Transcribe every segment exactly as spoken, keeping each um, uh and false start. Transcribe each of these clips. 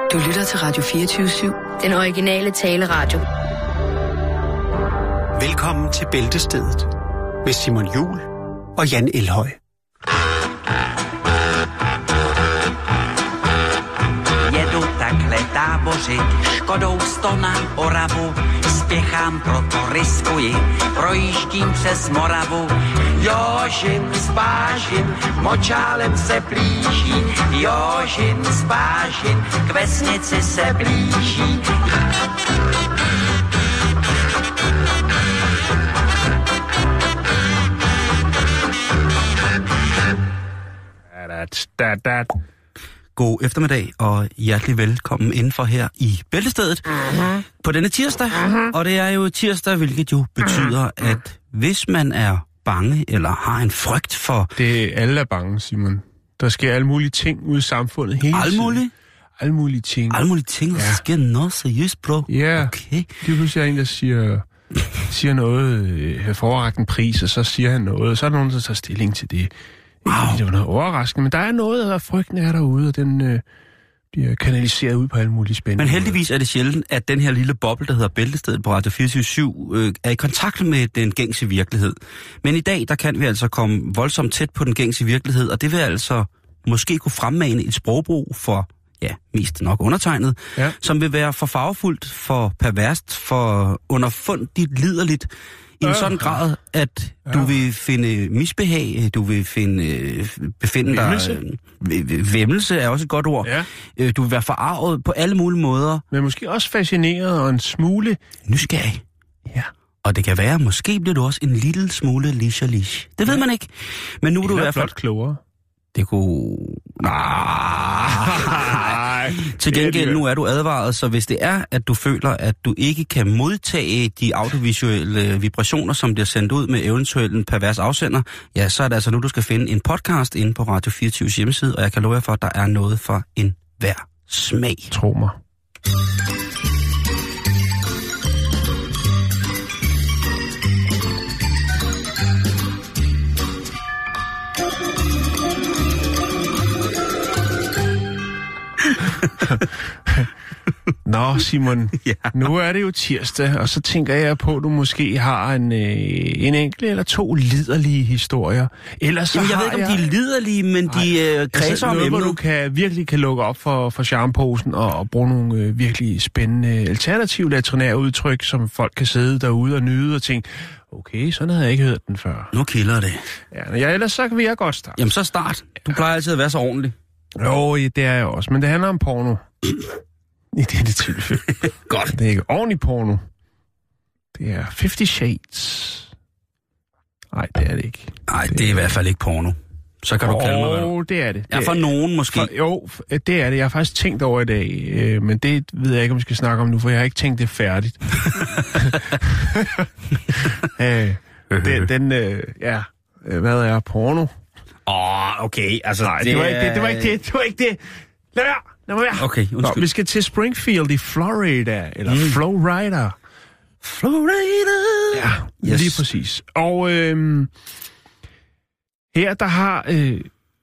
Du lytter til Radio fireogtyve syv. Den originale taleradio. Velkommen til Bæltestedet med Simon Juhl og Jan Elhøj. Jedu takhle tábořit, Škodou sto na Oravu, spěchám, proto riskuji, projíždím přes Moravu. Jožin spážin, močálem se blíží, Jožin spážin, k vesnici se blíží. God eftermiddag og hjertelig velkommen indenfor her i Bæltestedet uh-huh. på denne tirsdag. Uh-huh. Og det er jo tirsdag, hvilket jo betyder, uh-huh. at hvis man er bange eller har en frygt for... Det er alle er bange, Simon. Der sker alle mulige ting ude i samfundet hele tiden. Alle mulige? Alle mulige ting. Alle mulige ting, og ja. Så sker noget seriøst, bro. Ja, okay. Det er pludselig en, der siger, siger noget, øh, forragt en pris, og så siger han noget, og så er der nogen, der tager stilling til det. Wow. Det var noget overraskende, men der er noget, der frygten er derude, og den øh, bliver kanaliseret ud på alle mulige spændende. Men heldigvis er det sjældent, at den her lille boble, der hedder Bæltestedet på Radio fireogtyve syv, øh, er i kontakt med den gængse virkelighed. Men i dag, der kan vi altså komme voldsomt tæt på den gængse virkelighed, og det vil altså måske kunne fremmane et sprogbrug for, ja, mest nok undertegnet, ja. Som vil være for farvefuldt, for perverst, for underfundigt, liderligt, i en sådan grad, at du ja. vil finde misbehag, du vil finde befinde væmmelse. dig... Væmmelse er også et godt ord. Ja. Du vil være forarvet på alle mulige måder. Men måske også fascineret og en smule... Nysgerrig. Ja. Og det kan være, måske bliver du også en lille smule lish-lish. Det ved ja. man ikke. Men nu er du i hvert fald... klogere. Det kunne... Nej. Til gengæld, nu er du advaret, så hvis det er, at du føler, at du ikke kan modtage de audiovisuelle vibrationer, som bliver sendt ud med eventuelt en pervers afsender, ja, så er det altså nu, du skal finde en podcast inde på Radio fireogtyves hjemmeside, og jeg kan love jer for, at der er noget for en hver smag. Tro mig. Nå, Simon, ja. Nu er det jo tirsdag, og så tænker jeg på, at du måske har en, øh, en enkelt eller to liderlige historier. Ellers så Jamen, jeg har ved ikke, om de er liderlige, men Ej, de øh, kredser altså, om noget, emnet. Hvor du kan, virkelig kan lukke op for, for charmeposen og, og bruge nogle øh, virkelig spændende alternative latrinære udtryk, som folk kan sidde derude og nyde og tænke, okay, sådan havde jeg ikke hørt den før. Nu kilder det. Ja, ja, ellers så kan vi jeg godt starte. Jamen så start. Du plejer altid at være så ordentlig. Jo, det er jeg også, men det handler om porno. I dette tilfælde. Godt. Det er ikke ordentlig porno. Det er Fifty Shades. Nej, det er det ikke. Nej, det, det er i hvert fald ikke porno. Så kan oh, du kalde mig, hvad du... det er det. Ja, for nogen måske. For, jo, det er det. Jeg har faktisk tænkt over i dag, øh, men det ved jeg ikke, om vi skal snakke om nu, for jeg har ikke tænkt det færdigt. øh, den, den øh, ja, hvad er porno? Åh, oh, okay, altså... Nej, det, det, var ikke det, det var ikke det, det var ikke det. Lad være! Lad være! Okay, undskyld. Nå, vi skal til Springfield i Florida, eller mm. Florida. Florida! Ja, yes. Lige præcis. Og øhm, her, der har øh,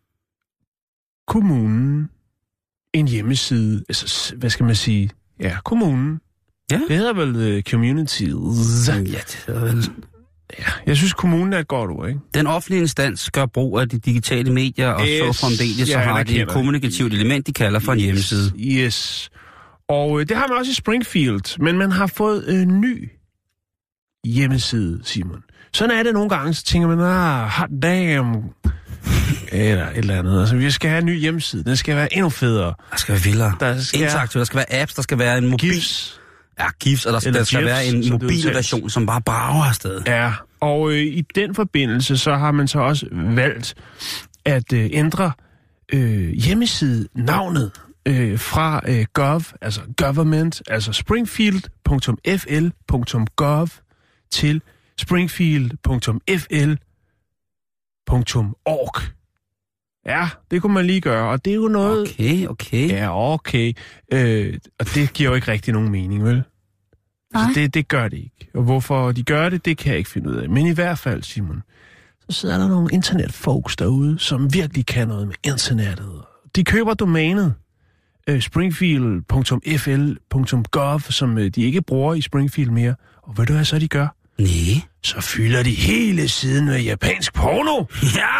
kommunen en hjemmeside, altså, hvad skal man sige? Ja, kommunen. Ja. Det hedder vel uh, Communities. Ja, det hedder vel... Ja, jeg synes, kommunen er et godt ord, ikke? Den offentlige instans gør brug af de digitale medier, og yes, så fremdeles så har de et kommunikativt element, de kalder for en yes, hjemmeside. Yes. Og øh, det har man også i Springfield, men man har fået en øh, ny hjemmeside, Simon. Sådan er det nogle gange, så tænker man, ah, hot damn, eller et eller andet. Altså, vi skal have en ny hjemmeside, den skal være endnu federe. Der skal være vildere. Der skal interaktivt, der skal være apps, der skal være en mobil... GIFs. Ja, GIFs, og der skal, der skal være en mobil version, som bare brager afsted. Ja, og øh, i den forbindelse, så har man så også valgt at øh, ændre øh, hjemmeside-navnet øh, fra øh, gov, altså government, altså springfield punktum f l punktum gov til springfield punktum f l punktum org. Ja, det kunne man lige gøre, og det er jo noget... Okay, okay. Ja, okay. Øh, og det giver jo ikke rigtig nogen mening, vel? Altså, det, det gør det ikke. Og hvorfor de gør det, det kan jeg ikke finde ud af. Men i hvert fald, Simon, så sidder der nogle internetfolks derude, som virkelig kan noget med internettet. De køber domænet øh, springfield punktum f l punktum gov, som øh, de ikke bruger i Springfield mere. Og ved du hvad så de gør? Nej. Så fylder de hele siden med japansk porno. Ja!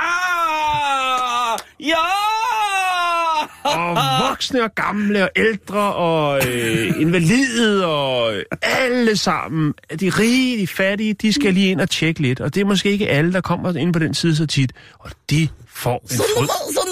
Ja! Og voksne og gamle og ældre og øh, invalide og øh, alle sammen. De rige, de fattige, de skal lige ind og tjekke lidt. Og det er måske ikke alle, der kommer ind på den side så tit. Og de får en fryd.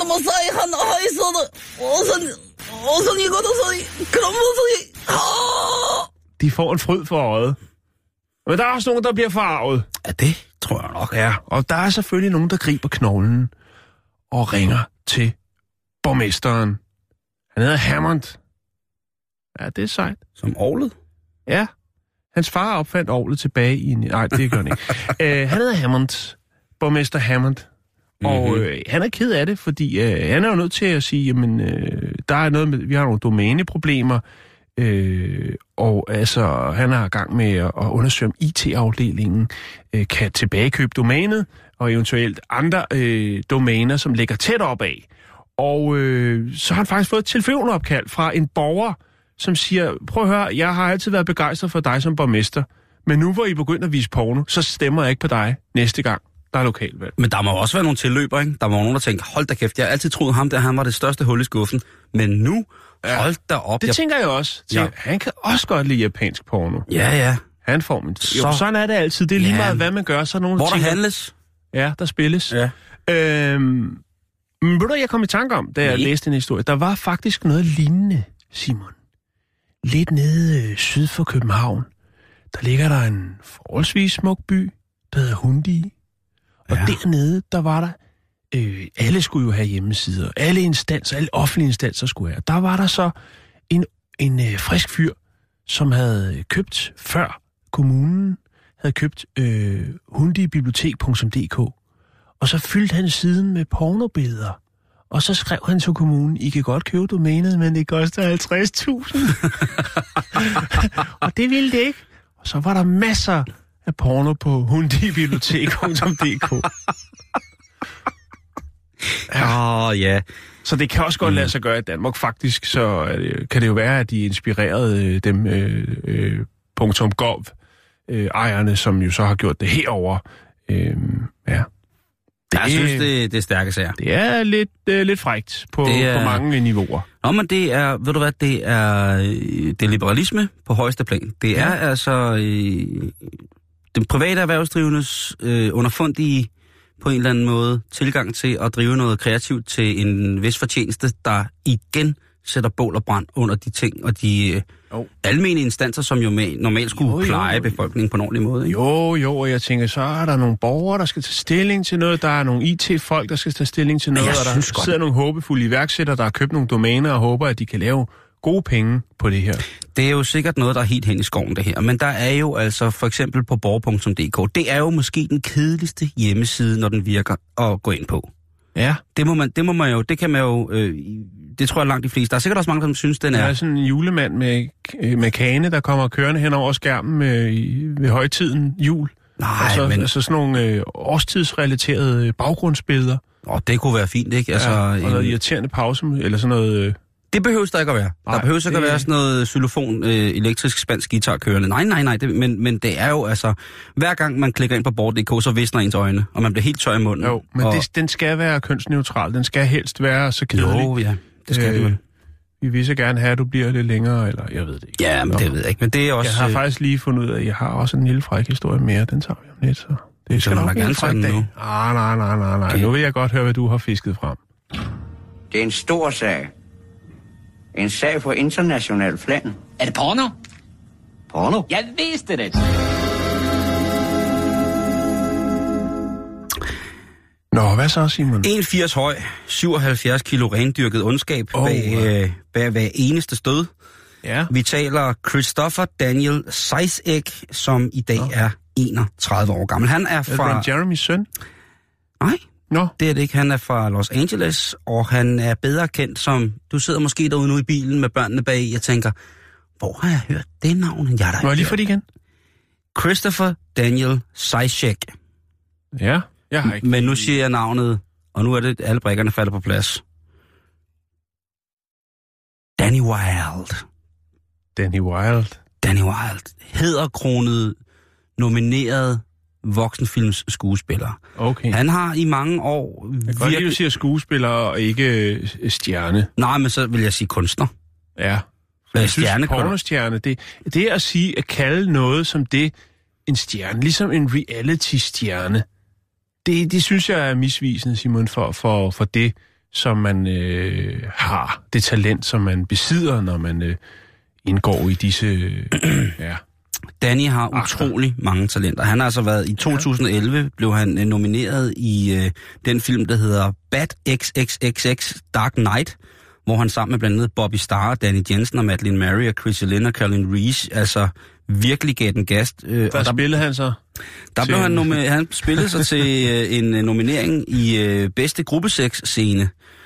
De får en fryd for øjet. Men der er også nogen, der bliver forarvet. Ja, det tror jeg nok. Ja, og der er selvfølgelig nogen, der griber knoglen og ringer til borgmesteren. Han hedder Hammond. Ja, det er sejt. Som orglet? Ja. Hans far opfandt orglet tilbage i en... Nej, det gør han ikke. uh, han hedder Hammond. Borgmester Hammond. Mm-hmm. Og øh, han er ked af det, fordi øh, han er jo nødt til at sige, jamen, øh, der er noget med... Vi har nogle domæneproblemer. Øh, og altså, han har gang med at, at undersøge, om I T-afdelingen øh, kan tilbagekøbe domænet, og eventuelt andre øh, domæner, som ligger tæt op af. Og øh, så har han faktisk fået et telefonopkald fra en borger, som siger, prøv at høre, jeg har altid været begejstret for dig som borgmester, men nu hvor I begynder at vise porno, så stemmer jeg ikke på dig næste gang, der er lokalvalg. Men der må også være nogle tilløber, ikke? Der var nogen, der tænkte, hold da kæft, jeg har altid troet ham, der han var det største hul i skuffen, men nu, ja, hold da op. Det jeg... tænker jeg også. Tænker, ja. Han kan også godt lide japansk porno. Ja, ja. Han får min... Så... Jo, sådan er det altid. Det er lige ja. meget, hvad man gør. Så er nogen, hvor der tænker, handles. Ja, der spilles. Ja. Øhm, men ved du, jeg kom i tanke om, da jeg Nej. læste en historie, der var faktisk noget lignende, Simon. Lidt nede øh, syd for København, der ligger der en forholdsvis smuk by, der hedder Hundi. Og ja. dernede, der var der, øh, alle skulle jo have hjemmesider, alle instanser, alle offentlige instanser skulle have. Der var der så en, en øh, frisk fyr, som havde købt, før kommunen havde købt øh, hundibibliotek punktum d k. Og så fyldte han siden med pornobilleder. Og så skrev han til kommunen, I kan godt købe domænet, men det koster halvtreds tusind. Og det ville det ikke. Og så var der masser af porno på hundibibliotek punktum d k. Ja. Oh, ja. Så det kan også godt mm. lade sig gøre i Danmark. Faktisk så er det, kan det jo være, at de inspirerede øh, dem øh, øh, .gov øh, ejerne, som jo så har gjort det herover. Øh, ja. Det, jeg synes, det, det er stærke sager. Det er lidt, øh, lidt frækt på, er, på mange niveauer. Nå, men det er, ved du hvad, det er, det er liberalisme på højeste plan. Det er ja. altså øh, den private erhvervsdrivendes øh, underfundige på en eller anden måde tilgang til at drive noget kreativt til en vis fortjeneste, der igen sætter bål og brand under de ting og de øh, almene instanser, som jo med, normalt skulle jo, jo, pleje befolkningen på en ordentlig måde. Ikke? Jo, jo, og jeg tænker, så er der nogle borgere, der skal tage stilling til noget, der er nogle I T-folk, der skal tage stilling til noget, og der godt. sidder nogle håbefulde iværksættere, der har købt nogle domæner og håber, at de kan lave gode penge på det her. Det er jo sikkert noget, der er helt hen i skoven, det her. Men der er jo altså for eksempel på borger punktum d k, det er jo måske den kedeligste hjemmeside, når den virker at gå ind på. Ja. Det må man, det må man jo, det kan man jo, øh, det tror jeg langt de fleste. Der er sikkert også mange, der synes, den er... Der er sådan en julemand med, med kane, der kommer kørende hen over skærmen med, ved højtiden jul. Nej, og så, men... Altså sådan nogle øh, årstidsrelaterede baggrundsbilleder. Åh, det kunne være fint, ikke? Altså, ja, og en... noget irriterende pause, eller sådan noget... Øh... Det behøves der ikke at være. Nej, der behøves ikke det... at være sådan noget xylofon, øh, elektrisk spansk guitar kørende. Nej, nej, nej. Det, men, men det er jo altså... Hver gang man klikker ind på borger punktum d k, så visner ens øjne, og man bliver helt tør i munden. Jo, men og... det, den skal være kønsneutral. Den skal helst være så kedelig. Jo, ja. Det skal øh, det. Vi vil så gerne have, at du bliver lidt længere, eller jeg ved det ikke. Ja, men Nå. det ved jeg ikke. Men det er også... Jeg har øh... faktisk lige fundet ud af, at jeg har også en lille fræk historie mere. Den tager vi om lidt, så... Det skal nok gerne tage den nu. Ah, nej, nej, nej, nej. Okay. Nu vil jeg godt høre, hvad du har fisket frem. Det er en stor sag. En sag for international plan. Er det porno? Porno? Jeg vidste det. Nå, hvad så, Simon? en komma firs høj, syvoghalvfjerds kilo rendyrket ondskab oh, bag, øh, bag hver eneste stød. Ja. Vi taler Christopher Daniel Seisek, som i dag oh. er enogtredive år gammel. Han er fra... Er det Jeremys søn? Nej. Nå. Det er det ikke. Han er fra Los Angeles, og han er bedre kendt som... Du sidder måske derude nu i bilen med børnene bag, og tænker, hvor har jeg hørt det navn? Jeg Må jeg lige få det igen? Christopher Daniel Seisek. Ja, jeg har ikke... Men nu siger jeg navnet, og nu er det, alle brikkerne falder på plads. Danny Wilde. Danny Wilde. Danny Wilde. Hæderkronet, nomineret voksenfilms skuespiller. Okay. Han har i mange år... Jeg kan godt lide, at du siger skuespiller og ikke øh, stjerne. Nej, men så vil jeg sige kunstner. Ja. Hvad Jeg synes, stjerne? pornostjerne, det, det er at sige, at kalde noget som det en stjerne, ligesom en reality-stjerne. Det, det synes jeg er misvisende, Simon, for, for, for det, som man øh, har. Det talent, som man besidder, når man øh, indgår i disse... Øh, ja. Danny har utrolig mange talenter. Han har altså været... I to tusind og elleve blev han øh, nomineret i øh, den film, der hedder Bad X X X X Dark Knight, hvor han sammen med blandt andet Bobby Starr, Danny Jensen og Madeline Mary og Chrissy Lynn og Caroline Reese, altså virkelig gav den gas. Øh, der spillede han så? Der blev han, nomi- han spillede sig til øh, en øh, nominering i øh, bedste gruppesex-scene.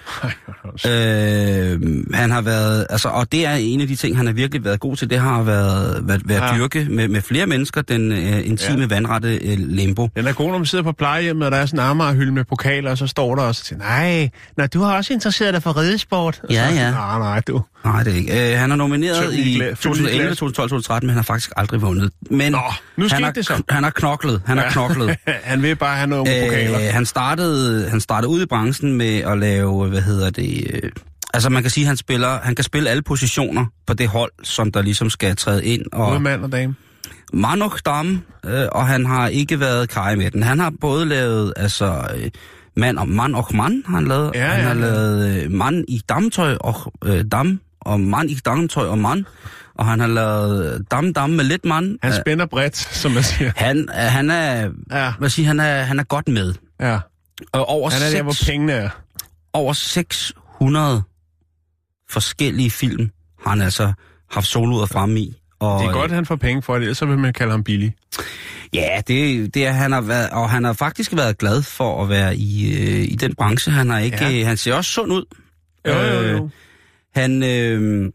øh, han har været, altså, og det er en af de ting, han har virkelig været god til, det har været, været, været ja. dyrke med, med flere mennesker, den øh, intime, ja. vandrette øh, limbo. Den er god, når man sidder på plejehjemmet, og der er sådan en Amager-hylde med pokaler, og så står der også til, nej, nej, du har også interesseret dig for ridesport. Ja, ja. Nej, nej, du. Nej, det er ikke. Øh, han er nomineret i to tusind og elleve, to tusind og tolv, to tusind og tretten, men han har faktisk aldrig vundet. Men Nå, nu han, har, det så. han har knoklet, han ja. har knoklet. Han vil bare have nogle øh, pokaler. Han startede, han startede ud i branchen med at lave, hvad hedder det... Øh, altså man kan sige, at han, spiller, han kan spille alle positioner på det hold, som der ligesom skal træde ind. Og både mand og dame. Mand og dame, øh, og han har ikke været kaj med den. Han har både lavet, altså... Øh, mand og mand og mand, har han lavet. Ja, han ja, har ja. lavet øh, mand i damtøj og øh, dam, og mand i damtøj og mand. Og han har lavet dam dam med lidt mand. Han spænder bredt, som man siger. Han, han er, ja. hvad siger, han er, han er godt med. Ja. Og over han er seks, der, hvor pengene er. Over seks hundrede forskellige film har han altså haft soloer fremme i. Og, det er godt, at han får penge for det, ellers så vil man kalde ham billig. Ja, det, det er han har været, og han har faktisk været glad for at være i, øh, i den branche. Han har ikke, ja. han ser også sund ud. Jo, jo, jo. Øh, han, øh,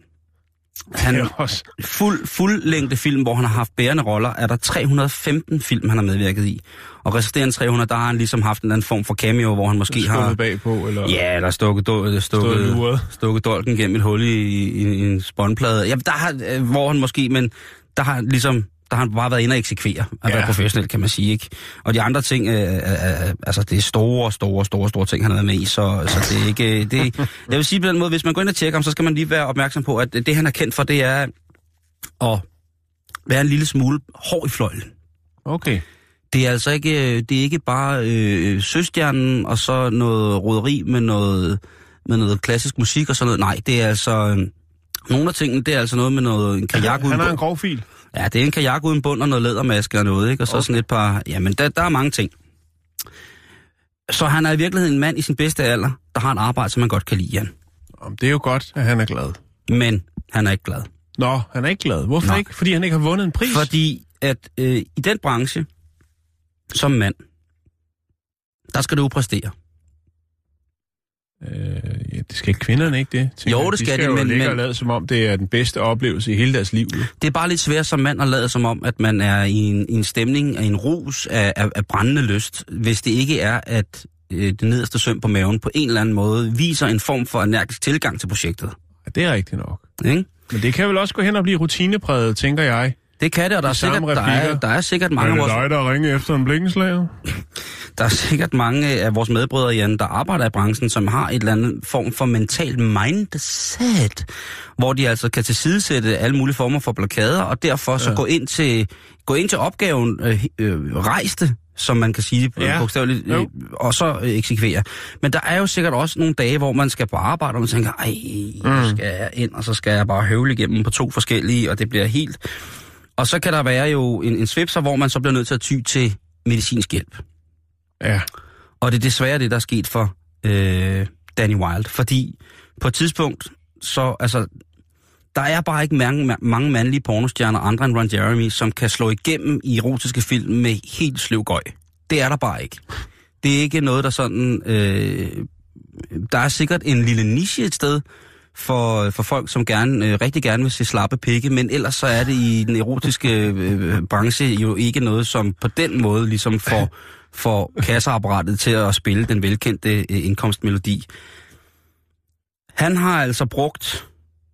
han også. fuld, fuld længde film, hvor han har haft bærende roller, er der tre hundrede og femten film, han har medvirket i. Og resterende tre hundrede, der har han ligesom haft en eller anden form for cameo, hvor han måske stukket har... bagpå, eller... Ja, der er stukket, stukket, stukket, stukket dolken gennem et hul i, i, i en spåndplade. Ja, der har, hvor han måske, men der har ligesom... Der har han bare været inde og eksekvere, at ja. være professionel, kan man sige, ikke? Og de andre ting, øh, øh, altså det er store, store, store, store ting, han har været med i, så, så det er ikke... Det, jeg vil sige på den måde, hvis man går ind og tjekker ham, så skal man lige være opmærksom på, at det, han er kendt for, det er at være en lille smule hård i fløjlen. Okay. Det er altså ikke, det er ikke bare øh, søstjernen og så noget roderi med noget, med noget klassisk musik og sådan noget. Nej, det er altså... Øh, nogle af tingene, det er altså noget med noget... En kajak han, han har en grov fil. Ja, det er en kajak uden bund og noget lædermaske og noget, ikke? Og så okay. sådan et par... Jamen, der, der er mange ting. Så han er i virkeligheden en mand i sin bedste alder, der har et arbejde, som man godt kan lide, Jan. Det er jo godt, at han er glad. Men han er ikke glad. Nå, han er ikke glad. Hvorfor Nå. ikke? Fordi han ikke har vundet en pris? Fordi at øh, i den branche, som mand, der skal du præstere. Øh, ja, det skal kvinderne ikke det? Jo, det de skal de, de, men... De skal men, lade som om, det er den bedste oplevelse i hele deres liv. Det er bare lidt svært som mand at lade som om, at man er i en, i en stemning af en rus af, af, af brændende lyst, hvis det ikke er, at øh, det nederste søm på maven på en eller anden måde viser en form for energisk tilgang til projektet. Ja, det er rigtigt nok. Ikke? Men det kan vel også gå hen og blive rutinepræget, tænker jeg. Det kan det, og der er, sikkert, der, er, der er sikkert mange... Er det dig, der ringer efter en blikkenslager? Der er sikkert mange af vores medbrødre, Jan, der arbejder i branchen, som har et eller andet form for mental mindset, hvor de altså kan tilsidesætte alle mulige former for blokader, og derfor så ja. gå, ind til, gå ind til opgaven, øh, øh, rejste, som man kan sige ja. bogstaveligt, øh, og så øh, eksekvere. Men der er jo sikkert også nogle dage, hvor man skal på arbejde, og man tænker, ej, nu skal jeg ind, og så skal jeg bare høvle igennem på to forskellige, og det bliver helt... Og så kan der være jo en, en svipser, hvor man så bliver nødt til at ty til medicinsk hjælp. Ja. Og det er desværre det, der er sket for øh, Danny Wilde. Fordi på et tidspunkt, så altså, der er bare ikke mange, mange mandlige pornostjerner, andre end Ron Jeremy, som kan slå igennem i erotiske film med helt sløv gøj. Det er der bare ikke. Det er ikke noget, der sådan... Øh, der er sikkert en lille niche et sted, For, for folk, som gerne, øh, rigtig gerne vil se slappe pikke, men ellers så er det i den erotiske øh, branche jo ikke noget, som på den måde ligesom får, får kasseapparatet til at spille den velkendte øh, indkomstmelodi. Han har altså brugt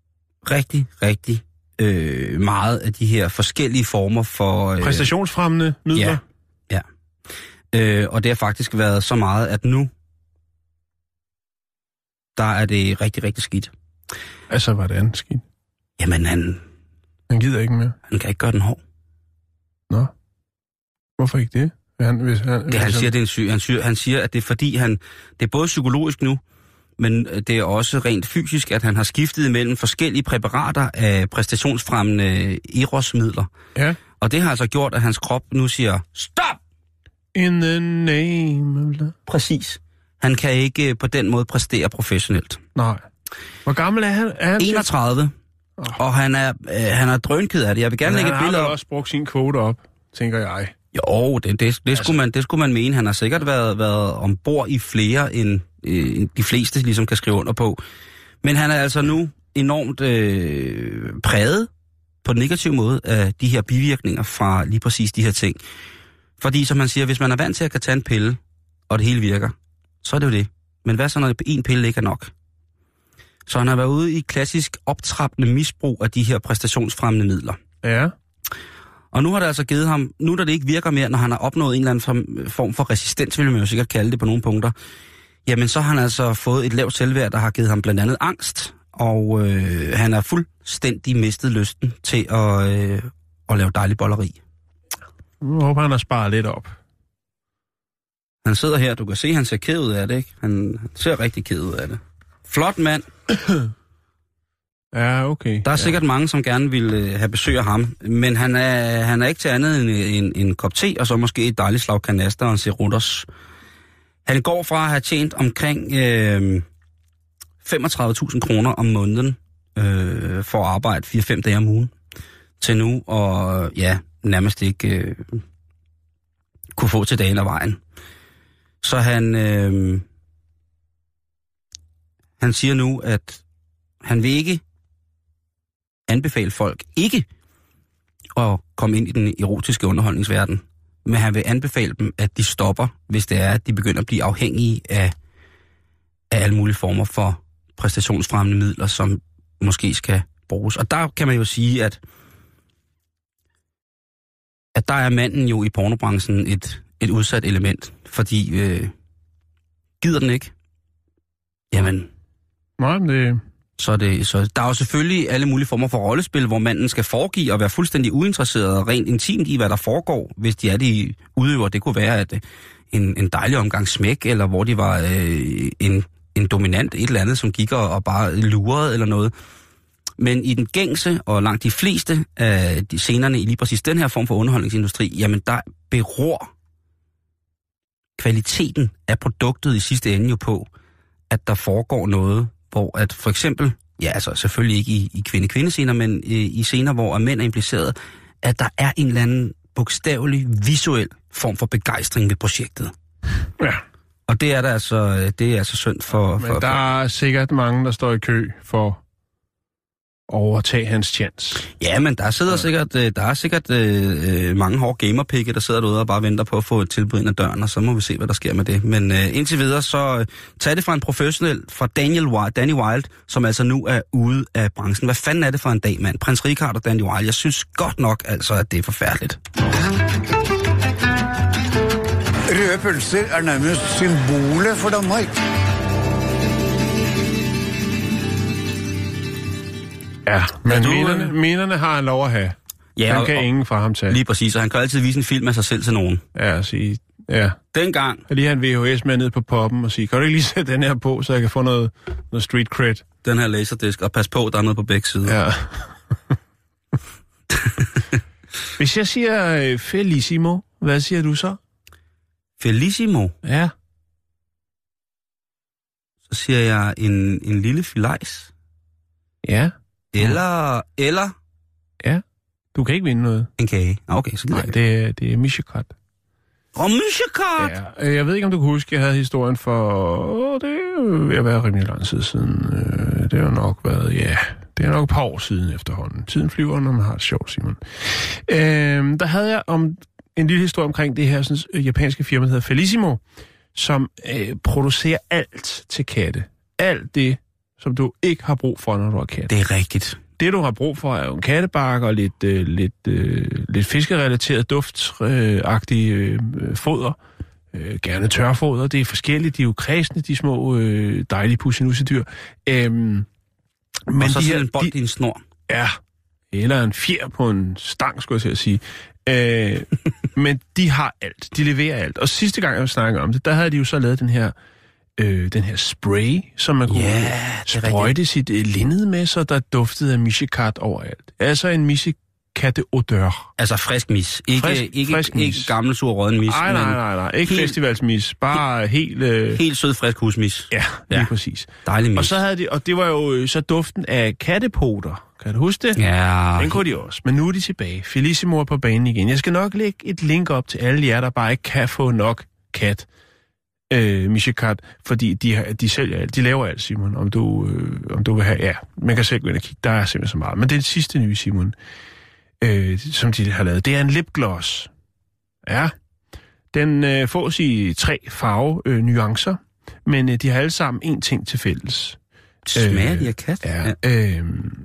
rigtig, rigtig øh, meget af de her forskellige former for... Øh, Præstationsfremmende midler? Ja, ja. Øh, og det har faktisk været så meget, at nu, der er det rigtig, rigtig skidt. Altså, hvordan skidt? Jamen, han... Han gider ikke mere? Han kan ikke gøre den hård. Nå. Hvorfor ikke det? Han, hvis han, det, han, siger, det er en syg, han, siger, han siger, at det er fordi, han... Det er både psykologisk nu, men det er også rent fysisk, at han har skiftet imellem forskellige præparater af præstationsfremmende erosmidler. Ja. Og det har altså gjort, at hans krop nu siger, stop! In the name of love. Præcis. Han kan ikke på den måde præstere professionelt. Nej. Hvor gammel er han? Er han enogtredive. Oh. Og han er, øh, han er drønked af det. Jeg vil gerne lægge et billede op. Han har også brugt sin kvote op, tænker jeg. Jo, det, det, det, altså. skulle man, det skulle man mene. Han har sikkert været, været ombord i flere, end øh, de fleste ligesom kan skrive under på. Men han er altså nu enormt øh, præget på den negative måde af de her bivirkninger fra lige præcis de her ting. Fordi, som man siger, hvis man er vant til at kan tage en pille, og det hele virker, så er det jo det. Men hvad så, når en pille ikke er nok? Så han har været ude i klassisk optrappende misbrug af de her præstationsfremmende midler. Ja. Og nu har det altså givet ham, nu da det ikke virker mere, når han har opnået en eller anden form for resistens, vil man jo sikkert kalde det på nogle punkter, jamen så har han altså fået et lavt selvværd, der har givet ham blandt andet angst, og øh, han er fuldstændig mistet lysten til at, øh, at lave dejlig bolleri. Nu håber han har sparet lidt op. Han sidder her, du kan se, han ser ked ud af det, ikke? Han, han ser rigtig ked ud af det. Flot mand. Ja, okay. Der er ja. sikkert mange, som gerne vil øh, have besøg af ham, men han er, han er ikke til andet end en, en kop te, og så måske et dejligt slag kanaster og en Cerutters. Han går fra at have tjent omkring øh, femogtredive tusind kroner om måneden øh, for at arbejde fire fem dage om ugen, til nu og ja, nærmest ikke øh, kunne få til dagen af vejen. Så han, øh, han siger nu, at han vil ikke anbefale folk ikke at komme ind i den erotiske underholdningsverden, men han vil anbefale dem, at de stopper, hvis det er, at de begynder at blive afhængige af, af alle mulige former for præstationsfremmende midler, som måske skal bruges. Og der kan man jo sige, at, at der er manden jo i pornobranchen et, et udsat element, fordi øh, gider den ikke? Jamen... Nej, men det... Så, det, så der er jo selvfølgelig alle mulige former for rollespil, hvor manden skal foregive og være fuldstændig uinteresseret og rent intimt i, hvad der foregår, hvis de er de udøver. Det kunne være at en, en dejlig omgang smæk, eller hvor de var øh, en, en dominant, et eller andet, som gik og, og bare lurede eller noget. Men i den gængse og langt de fleste af de scenerne i lige præcis den her form for underholdningsindustri, jamen der beror kvaliteten af produktet i sidste ende jo på, at der foregår noget, hvor at for eksempel, ja altså selvfølgelig ikke i, i kvinde-kvinde-scener, men øh, i scener, hvor mænd er impliceret, at der er en eller anden bogstavelig, visuel form for begejstring ved projektet. Ja. Og det er der altså, det er altså synd for... Men for, der for, er sikkert mange, der står i kø for at overtage hans chance. Ja, men der sidder ja. sikkert, der er sikkert øh, mange hårde gamerpikke, der sidder derude og bare venter på at få et tilbud ind ad døren, og så må vi se, hvad der sker med det. Men øh, indtil videre, så øh, tag det fra en professionel, fra Daniel Wild, Danny Wild, som altså nu er ude af branchen. Hvad fanden er det for en dag, mand? Prins Richard og Danny Wild. Jeg synes godt nok altså, at det er forfærdeligt. Røde pølser er nærmest symbolet for Danmark. Ja, men du, minerne, minerne har han lov at have. Ja, han og, kan og, ingen fra ham tage. Lige præcis, og han kan altid vise en film af sig selv til nogen. Ja, sige, ja. Dengang. Jeg lige have en V H S med ned på poppen og sige, kan du ikke lige sætte den her på, så jeg kan få noget, noget street cred? Den her laserdisk, og pas på, der er noget på begge sider. Ja. Hvis jeg siger uh, Felissimo, hvad siger du så? Felissimo? Ja. Så siger jeg en, en lille filajs. Ja. Eller, eller... Ja, du kan ikke vinde noget. En kage. Okay, så nej, det, det er Mishikat. Åh, oh, Mishikat! Ja, jeg ved ikke, om du kan huske, jeg havde historien for... Åh, det er jo ved at være rimelig lang tid siden. Det har nok været, ja... Det er nok et par år siden efterhånden. Tiden flyver, når man har det sjovt, Simon. Øhm, der havde jeg om en lille historie omkring det her sådan, japanske firma, der hedder Felissimo, som øh, producerer alt til katte. Alt det, som du ikke har brug for, når du har katte. Det er rigtigt. det, du har brug for, er jo en kattebakke og lidt, øh, lidt, øh, lidt fiskerelateret, duftagtige øh, foder. Øh, gerne tørfoder. Det er forskelligt. De er jo kredsende, de små øh, dejlige pussenussedyr. Øhm, men og så de sådan her, en bold de, i en snor. Ja, eller en fjer på en stang, skulle jeg til at sige. Øh, men de har alt. De leverer alt. Og sidste gang, jeg snakkede om det, der havde de jo så lavet den her, øh, den her spray, som man kunne Ja, sprøjte sit øh, linned med, så der duftede af missekat overalt. Altså en missekatte-odør. Altså frisk mis. Ikke, Frisk- ikke, frisk ikke mis. gammel sur rødden mis. Nej, nej, men nej, nej. Ikke helt- festivalsmis. Bare helt... Øh, Helt sød, frisk husmis. ja, lige Ja. præcis. Dejlig mis. Og så havde de, og det var jo øh, så duften af kattepoter. Kan du huske det? Ja, Den kunne de også. Men nu er de tilbage. Felissimo er på banen igen. Jeg skal nok lægge et link op til alle jer, der bare ikke kan få nok kat. Øh, missekat, fordi de, har- de sælger alt. De laver alt, Simon. Om du, øh, om du vil have... Ja, man kan selv gå ind og kigge. Der er simpelthen så meget. Men det er det sidste nye, Simon, øh, som de har lavet. Det er en lipgloss. Ja. Den øh, fås i tre farve øh, nuancer, men øh, de har alle sammen en ting til fælles. smager øh, de af kat? Ja. Øh,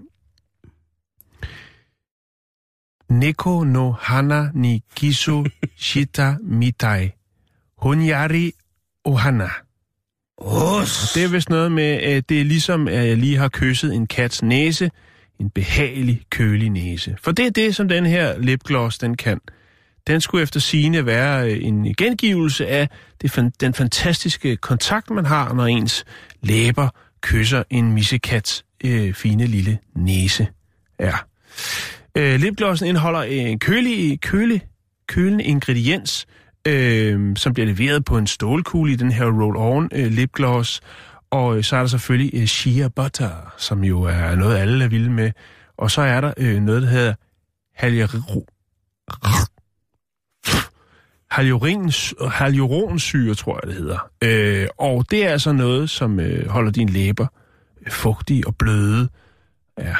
Neko no hana ni kisu shita mitai. Hunyari ohana. Os. Og det er vist noget med, at det er ligesom, at jeg lige har kysset en kats næse. En behagelig, kølig næse. For det er det, som den her lipgloss, den kan. Den skulle efter sigende være øh, en gengivelse af det, fan- den fantastiske kontakt, man har, når ens læber kysser en missekats øh, fine lille næse. Ja. Øh, lipglossen indeholder en kølig, kølig, kølende ingrediens, øh, som bliver leveret på en stålkugle i den her roll-on øh, lipgloss. Og øh, så er der selvfølgelig øh, shea butter, som jo er noget, alle er vilde med. Og så er der øh, noget, der hedder hyaluro... hyaluronsyre, tror jeg, det hedder. Øh, og det er altså noget, som øh, holder dine læber øh, fugtige og bløde. Ja.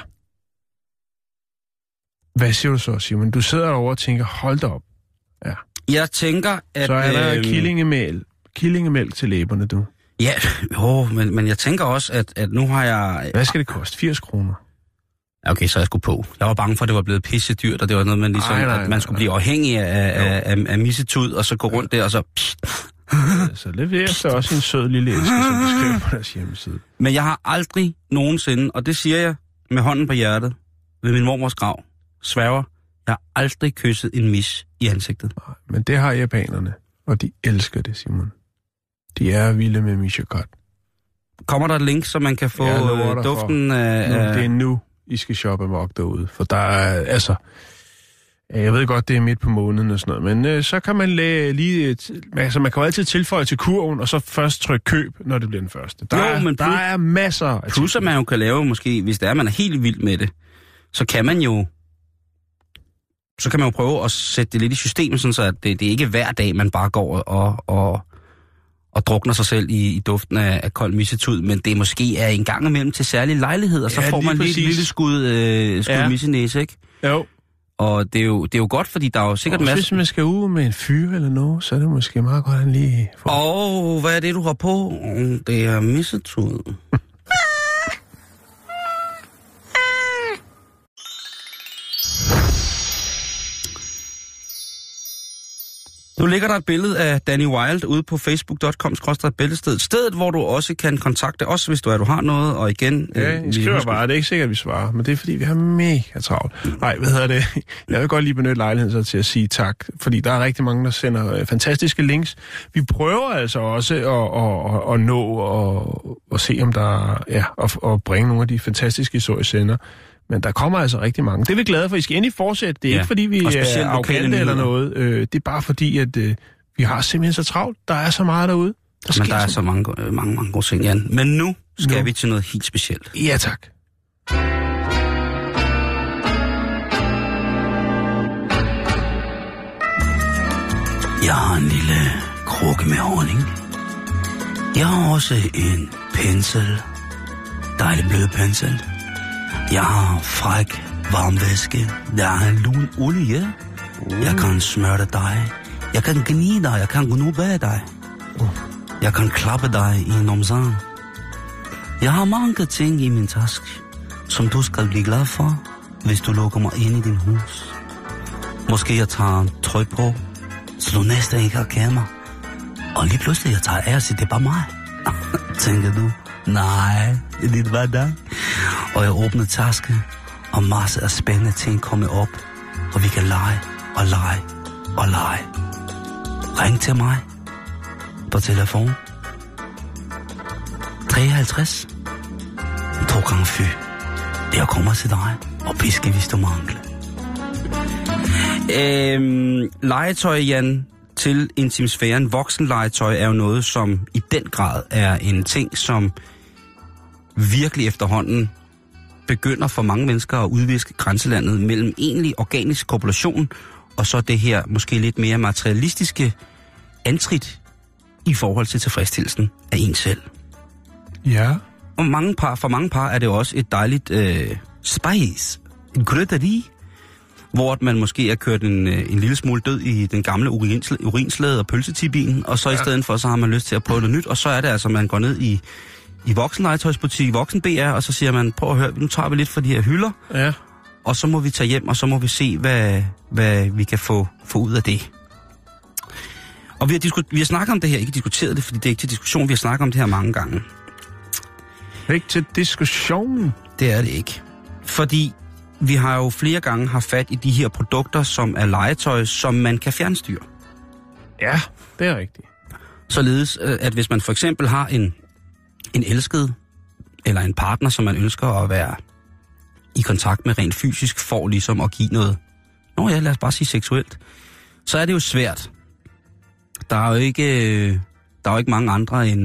Hvad siger du så, Simon? Du sidder derovre og tænker, hold da op. Ja. Jeg tænker, at... Så er der øhm, killingemælk, killingemælk til læberne, du. Ja, jo, men, men jeg tænker også, at, at nu har jeg... Hvad skal det koste? firs kroner? Okay, så er jeg sgu på. Jeg var bange for, at det var blevet pissedyrt, og det var noget, man ligesom, Ej, nej, at man nej, skulle nej. blive afhængig af, af, af, af missetud, og så gå rundt der, og så... Så leveres der også en sød lille æske, som de skriver på deres hjemmeside. Men jeg har aldrig nogensinde, og det siger jeg med hånden på hjertet, ved min mormors grav, sværger, jeg har aldrig kysset en mis i ansigtet. Nej, men det har japanerne, og de elsker det, Simon. De er vilde med missekat. Kommer der et link, så man kan få Jeg lover øh, dig duften Nu, af... det er nu, I skal shoppe amok derude, for der er, altså... Jeg ved godt, det er midt på måneden og sådan noget, men øh, så kan man læ- lige... øh, t- Altså, man kan jo altid tilføje til kurven, og så først trykke køb, når det bliver den første. Der, Jo, er, men der plus- er masser af Plus at man jo kan lave måske, hvis det er, man er helt vild med det, så kan man jo... Så kan man jo prøve at sætte det lidt i systemet, sådan så at det, det er ikke hver dag, man bare går og, og, og drukner sig selv i, i duften af, af kold missetud, men det måske er en gang imellem til særlige lejligheder, så Ja, får lige man lige et præcis. lille skud, øh, skud Ja. ja. missenæse, ikke? Jo. Og det er, jo, det er jo godt, fordi der er jo sikkert Og masser... hvis man skal ud med en fyr eller noget, så er det måske meget godt, at han lige får... Åh, oh, hvad er det, du har på? Det er missetud. Nu ligger der et billede af Danny Wild ude på facebook punktum com skråstreg bæltestedet. Stedet, hvor du også kan kontakte os, hvis du, er, du har noget. Og igen... Ja, øh, I vi skriver husker- bare, det er ikke sikkert, at vi svarer, men det er fordi, vi har mega travlt. Nej, hvad hedder det? Jeg vil godt lige benytte lejligheden så til at sige tak, fordi der er rigtig mange, der sender øh, fantastiske links. Vi prøver altså også at, at, at, at nå og at se, om der ja, at, at bringe nogle af de fantastiske historier sender. Men der kommer altså rigtig mange. Det er vi glade for. I skal endelig fortsætte. Det er Ja, ikke, fordi vi og er specielt lokale arrogante eller nyheder. noget. Øh, det er bare fordi, at øh, vi har simpelthen så travlt. Der er så meget derude. Der Men sker der er så så mange, go- øh, mange, mange gode ting, Jan. Men nu skal Nu. vi til noget helt specielt. Ja, tak. Jeg har en lille krukke med honning. Jeg har også en pensel. Dejlig blød pensel. Jeg har fræk varmvæske. Der er en lun olie. Jeg kan smøre dig. Jeg kan gnide dig. Jeg kan gnu bag dig. Jeg kan klappe dig i en omsang. Jeg har mange ting i min taske, som du skal blive glad for, hvis du lukker mig ind i din hus. Måske jeg tager en trøje på, så du næsten ikke har kæret mig. Og lige pludselig jeg tager af og siger, det er bare mig. Tænker du? Nej, det er bare dig. Og jeg åbner taske, og masser af spændende ting kommer op. Og vi kan lege og lege og lege. Ring til mig på telefon. treoghalvtreds to gange fy. Jeg kommer til dig og piske, hvis du mangler. Øhm, legetøj, Jan, til intimsfæren. Voksenlegetøj er jo noget, som i den grad er en ting, som virkelig efterhånden begynder for mange mennesker at udviske grænselandet mellem egentlig organisk kopulation og så det her måske lidt mere materialistiske antrit i forhold til tilfredsstillelsen af en selv. Ja. Og mange par, for mange par er det også et dejligt øh, spice, en krydderi, hvor man måske har kørt en, en lille smule død i den gamle urinslæde og pølsetibien, og så ja. I stedet for, så har man lyst til at prøve noget nyt, og så er det altså, man går ned i, i voksenlegetøjsbutik, voksen B R, og så siger man, prøv at høre, nu tager vi lidt fra de her hylder, Ja. og så må vi tage hjem, og så må vi se, hvad, hvad vi kan få, få ud af det. Og vi har, disku- vi har snakket om det her, ikke diskuteret det, fordi det er ikke til diskussion, vi har snakket om det her mange gange. Ikke til diskussion. Det er det ikke. Fordi vi har jo flere gange haft fat i de her produkter, som er legetøj, som man kan fjernstyre. Ja, det er rigtigt. Således, at hvis man for eksempel har en, en elsket, eller en partner, som man ønsker at være i kontakt med rent fysisk, for ligesom at give noget, nå ja, lad os bare sige seksuelt, så er det jo svært. Der er jo ikke, der er jo ikke mange andre end,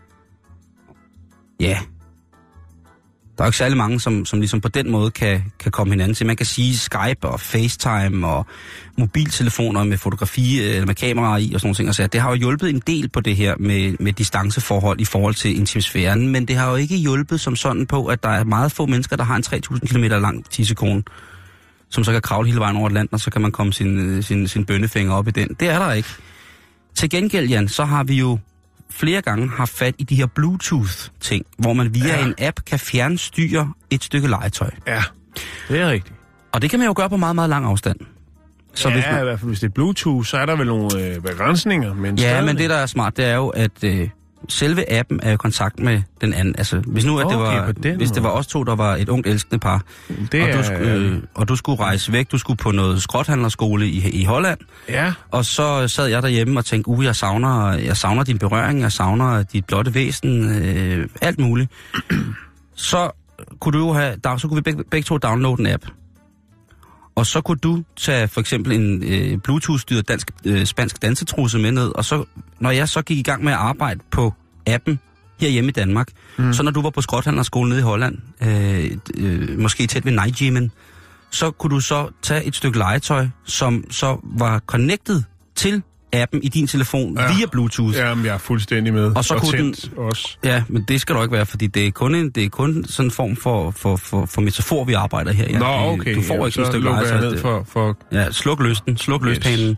ja, der er jo ikke særlig mange, som, som ligesom på den måde kan, kan komme hinanden til. Man kan sige Skype og FaceTime og mobiltelefoner med fotografi eller med kameraer i og sådan nogle ting. Altså, det har jo hjulpet en del på det her med, med distanceforhold i forhold til intimsfæren, men det har jo ikke hjulpet som sådan på, at der er meget få mennesker, der har en tre tusind kilometer lang tissekone, som så kan kravle hele vejen over Atlanten, og så kan man komme sin, sin, sin bønnefinger op i den. Det er der ikke. Til gengæld, Jan, så har vi jo flere gange har fat i de her Bluetooth-ting, hvor man via ja. en app kan fjernstyre et stykke legetøj. Ja, det er rigtigt. Og det kan man jo gøre på meget, meget lang afstand. Så ja, hvis man... i hvert fald hvis det er Bluetooth, så er der vel nogle øh, begrænsninger. Men ja, stadig... men det, der er smart, det er jo, at øh, selve appen er i kontakt med den anden. Altså, hvis nu at det okay, var, hvis det var os to, der var et ungt elskende par, det og, er... du skulle, øh, og du skulle rejse væk, du skulle på noget skrothandlerskole i, i Holland, ja. Og så sad jeg derhjemme og tænkte, uh, jeg savner, jeg savner din berøring, jeg savner dit blotte væsen, øh, alt muligt. Så kunne du jo have, der, så kunne vi begge, begge to downloade en app. Og så kunne du tage for eksempel en øh, Bluetooth-styret dansk, øh, spansk dansetrusse med ned, og så, når jeg så gik i gang med at arbejde på appen herhjemme i Danmark, mm. så når du var på skrothandlerskolen nede i Holland, øh, øh, måske tæt ved Nijmegen, så kunne du så tage et stykke legetøj, som så var connected til appen i din telefon ja. via Bluetooth. Jamen, jeg er fuldstændig med. Og så og kunne den også. Ja, men det skal du ikke være, fordi det er kun en, det er kun sådan en form for, for, for, for metafor, vi arbejder her. Ja. Nå, okay. Du får ja, ikke sådan et stykke legetøj. Ned for, for... Ja, sluk lysten, sluk yes. lysthanen.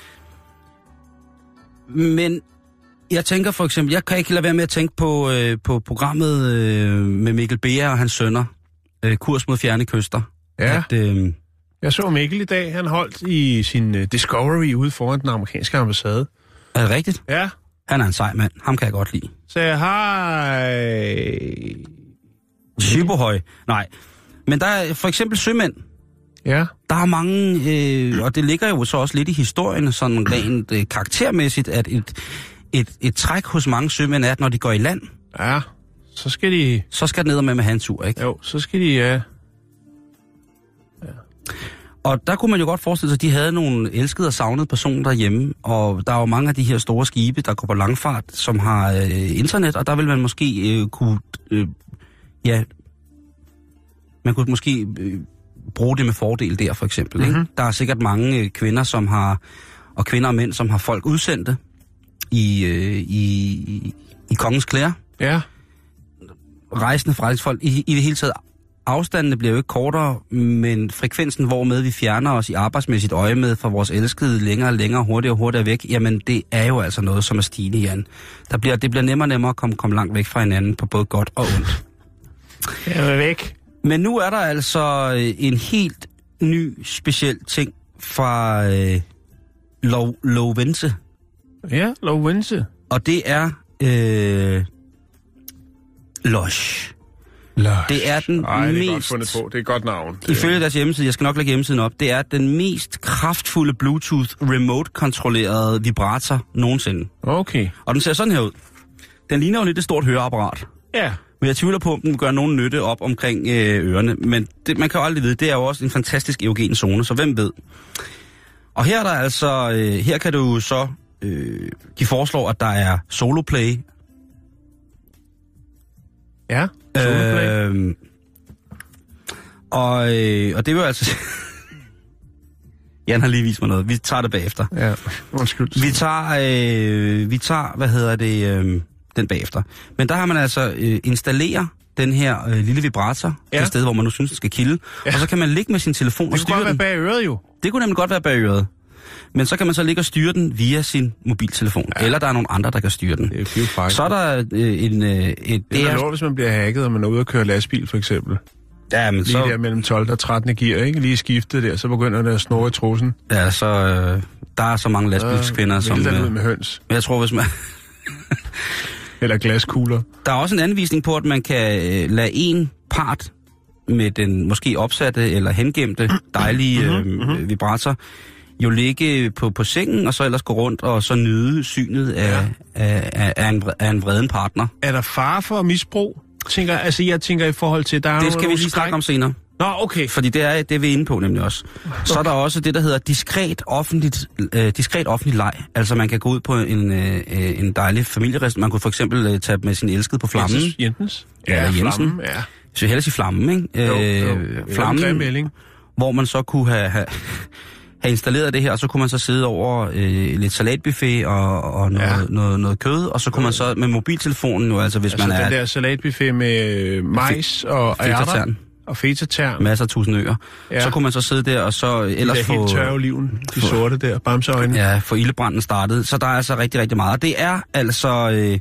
Men jeg tænker for eksempel, jeg kan ikke lade være med at tænke på, øh, på programmet øh, med Mikkel Beer og hans sønner, øh, Kurs mod fjerne kyster. Ja. At, øh, jeg så Mikkel i dag, han holdt i sin uh, Discovery ude foran den amerikanske ambassade. Er det rigtigt? Ja. Han er en sej mand, ham kan jeg godt lide. Så hej. Superhøj. Nej. Men der er for eksempel sømænd. Ja. Der er mange, øh, og det ligger jo så også lidt i historien, sådan rent øh, karaktermæssigt, at et, et, et træk hos mange sømænd er, at når de går i land, ja, så skal de... Så skal det ned med med hans tur, ikke? Jo, så skal de, ja... ja. Og der kunne man jo godt forestille sig, at de havde nogle elskede og savnede personer derhjemme, og der er jo mange af de her store skibe, der går på langfart, som har øh, internet, og der vil man måske øh, kunne, øh, ja, man kunne måske øh, bruge det med fordel der, for eksempel, mm-hmm. ikke? Der er sikkert mange øh, kvinder, som har, og kvinder og mænd, som har folk udsendte i, øh, i, i, i kongens klæder. Ja. Rejsende forretningsfolk, i, i det hele taget. Afstandene bliver jo ikke kortere, men frekvensen, hvormed vi fjerner os i arbejdsmæssigt øje med fra vores elskede længere og længere, hurtigere og hurtigere væk, jamen det er jo altså noget, som er stigende, Jan. Der bliver, det bliver nemmere og nemmere at komme, komme langt væk fra hinanden på både godt og ondt. Jeg er væk. Men nu er der altså en helt ny, speciel ting fra øh, Lov, Lovence. Ja, Lovence. Og det er øh, Lush. Lush. Det er den Ej, det er mest... godt fundet på. Det er et godt navn. Ifølge deres hjemmeside, jeg skal nok lægge hjemmesiden op, det er den mest kraftfulde Bluetooth remote-kontrollerede vibrator nogensinde. Okay. Og den ser sådan her ud. Den ligner jo lidt et stort høreapparat. Ja. Men jeg tvivler på, om den gør nogen nytte op omkring øh, ørerne. Men det, man kan jo aldrig vide, det er jo også en fantastisk erogen zone, så hvem ved. Og her er der altså, øh, her kan du så, øh, de foreslår, at der er soloplay. Ja, soloplay. Øh, og, øh, og det vil altså... Jan har lige vist mig noget. Vi tager det bagefter. Ja, undskyld. Vi tager, øh, vi tager, hvad hedder det, øh, den bagefter. Men der har man altså øh, installeret den her øh, lille vibrator ja. et sted, hvor man nu synes, den skal kilde. Ja. Og så kan man ligge med sin telefon og styre den. Det kunne godt være bag øret jo. Det kunne nemlig godt være bag øret. Men så kan man så ligge og styre den via sin mobiltelefon. Ja. Eller der er nogle andre, der kan styre den. Det er jo faktisk. Så er der øh, en... Øh, et, det er der lov, hvis man bliver hacket, og man er ude og køre lastbil, for eksempel. Ja, men lige så... der mellem tolvte og trettende gear, ikke? Lige skiftet der, så begynder det at snurre i trussen. Ja, så øh, der er så mange lastbilskvinder, som... Det er øh, med høns. Men jeg tror, hvis man... Eller glaskugler. Der er også en anvisning på, at man kan øh, lade en part med den måske opsatte eller hengemte dejlige øh, mm-hmm. vibrator jo ligge på, på sengen, og så ellers gå rundt og så nyde synet af, ja. af, af, af, en, af en vreden partner. Er der fare for misbrug? Tænker, altså jeg tænker i forhold til... Der er det skal nogle, vi lige snakke om senere. Nå, okay. Fordi det er det, vi er inde på nemlig også. Okay. Så er der også det, der hedder diskret offentligt, øh, diskret offentlig leg. Altså man kan gå ud på en, øh, en dejlig familierest. Man kunne for eksempel øh, tage med sin elskede på Flammen. Jensens? Jensens? Ja, ja Jensen. Flammen, ja. Så jeg hellere sige Flammen, ikke? Jo, jo. Øh, Flammen, hvor man så kunne have... have have installeret det her, og så kunne man så sidde over øh, lidt salatbuffet og, og noget, ja. noget, noget, noget kød, og så kunne man så med mobiltelefonen jo, altså hvis altså man er... Altså den der salatbuffet med majs og ærter og fetatern. Masser af tusind øer. Ja. Så kunne man så sidde der, og så ellers få... Det er helt tørre oliven, de få, sorte der, bamseøjne. Ja, få ildebranden startet. Så der er altså rigtig, rigtig meget. Det er altså... Øh,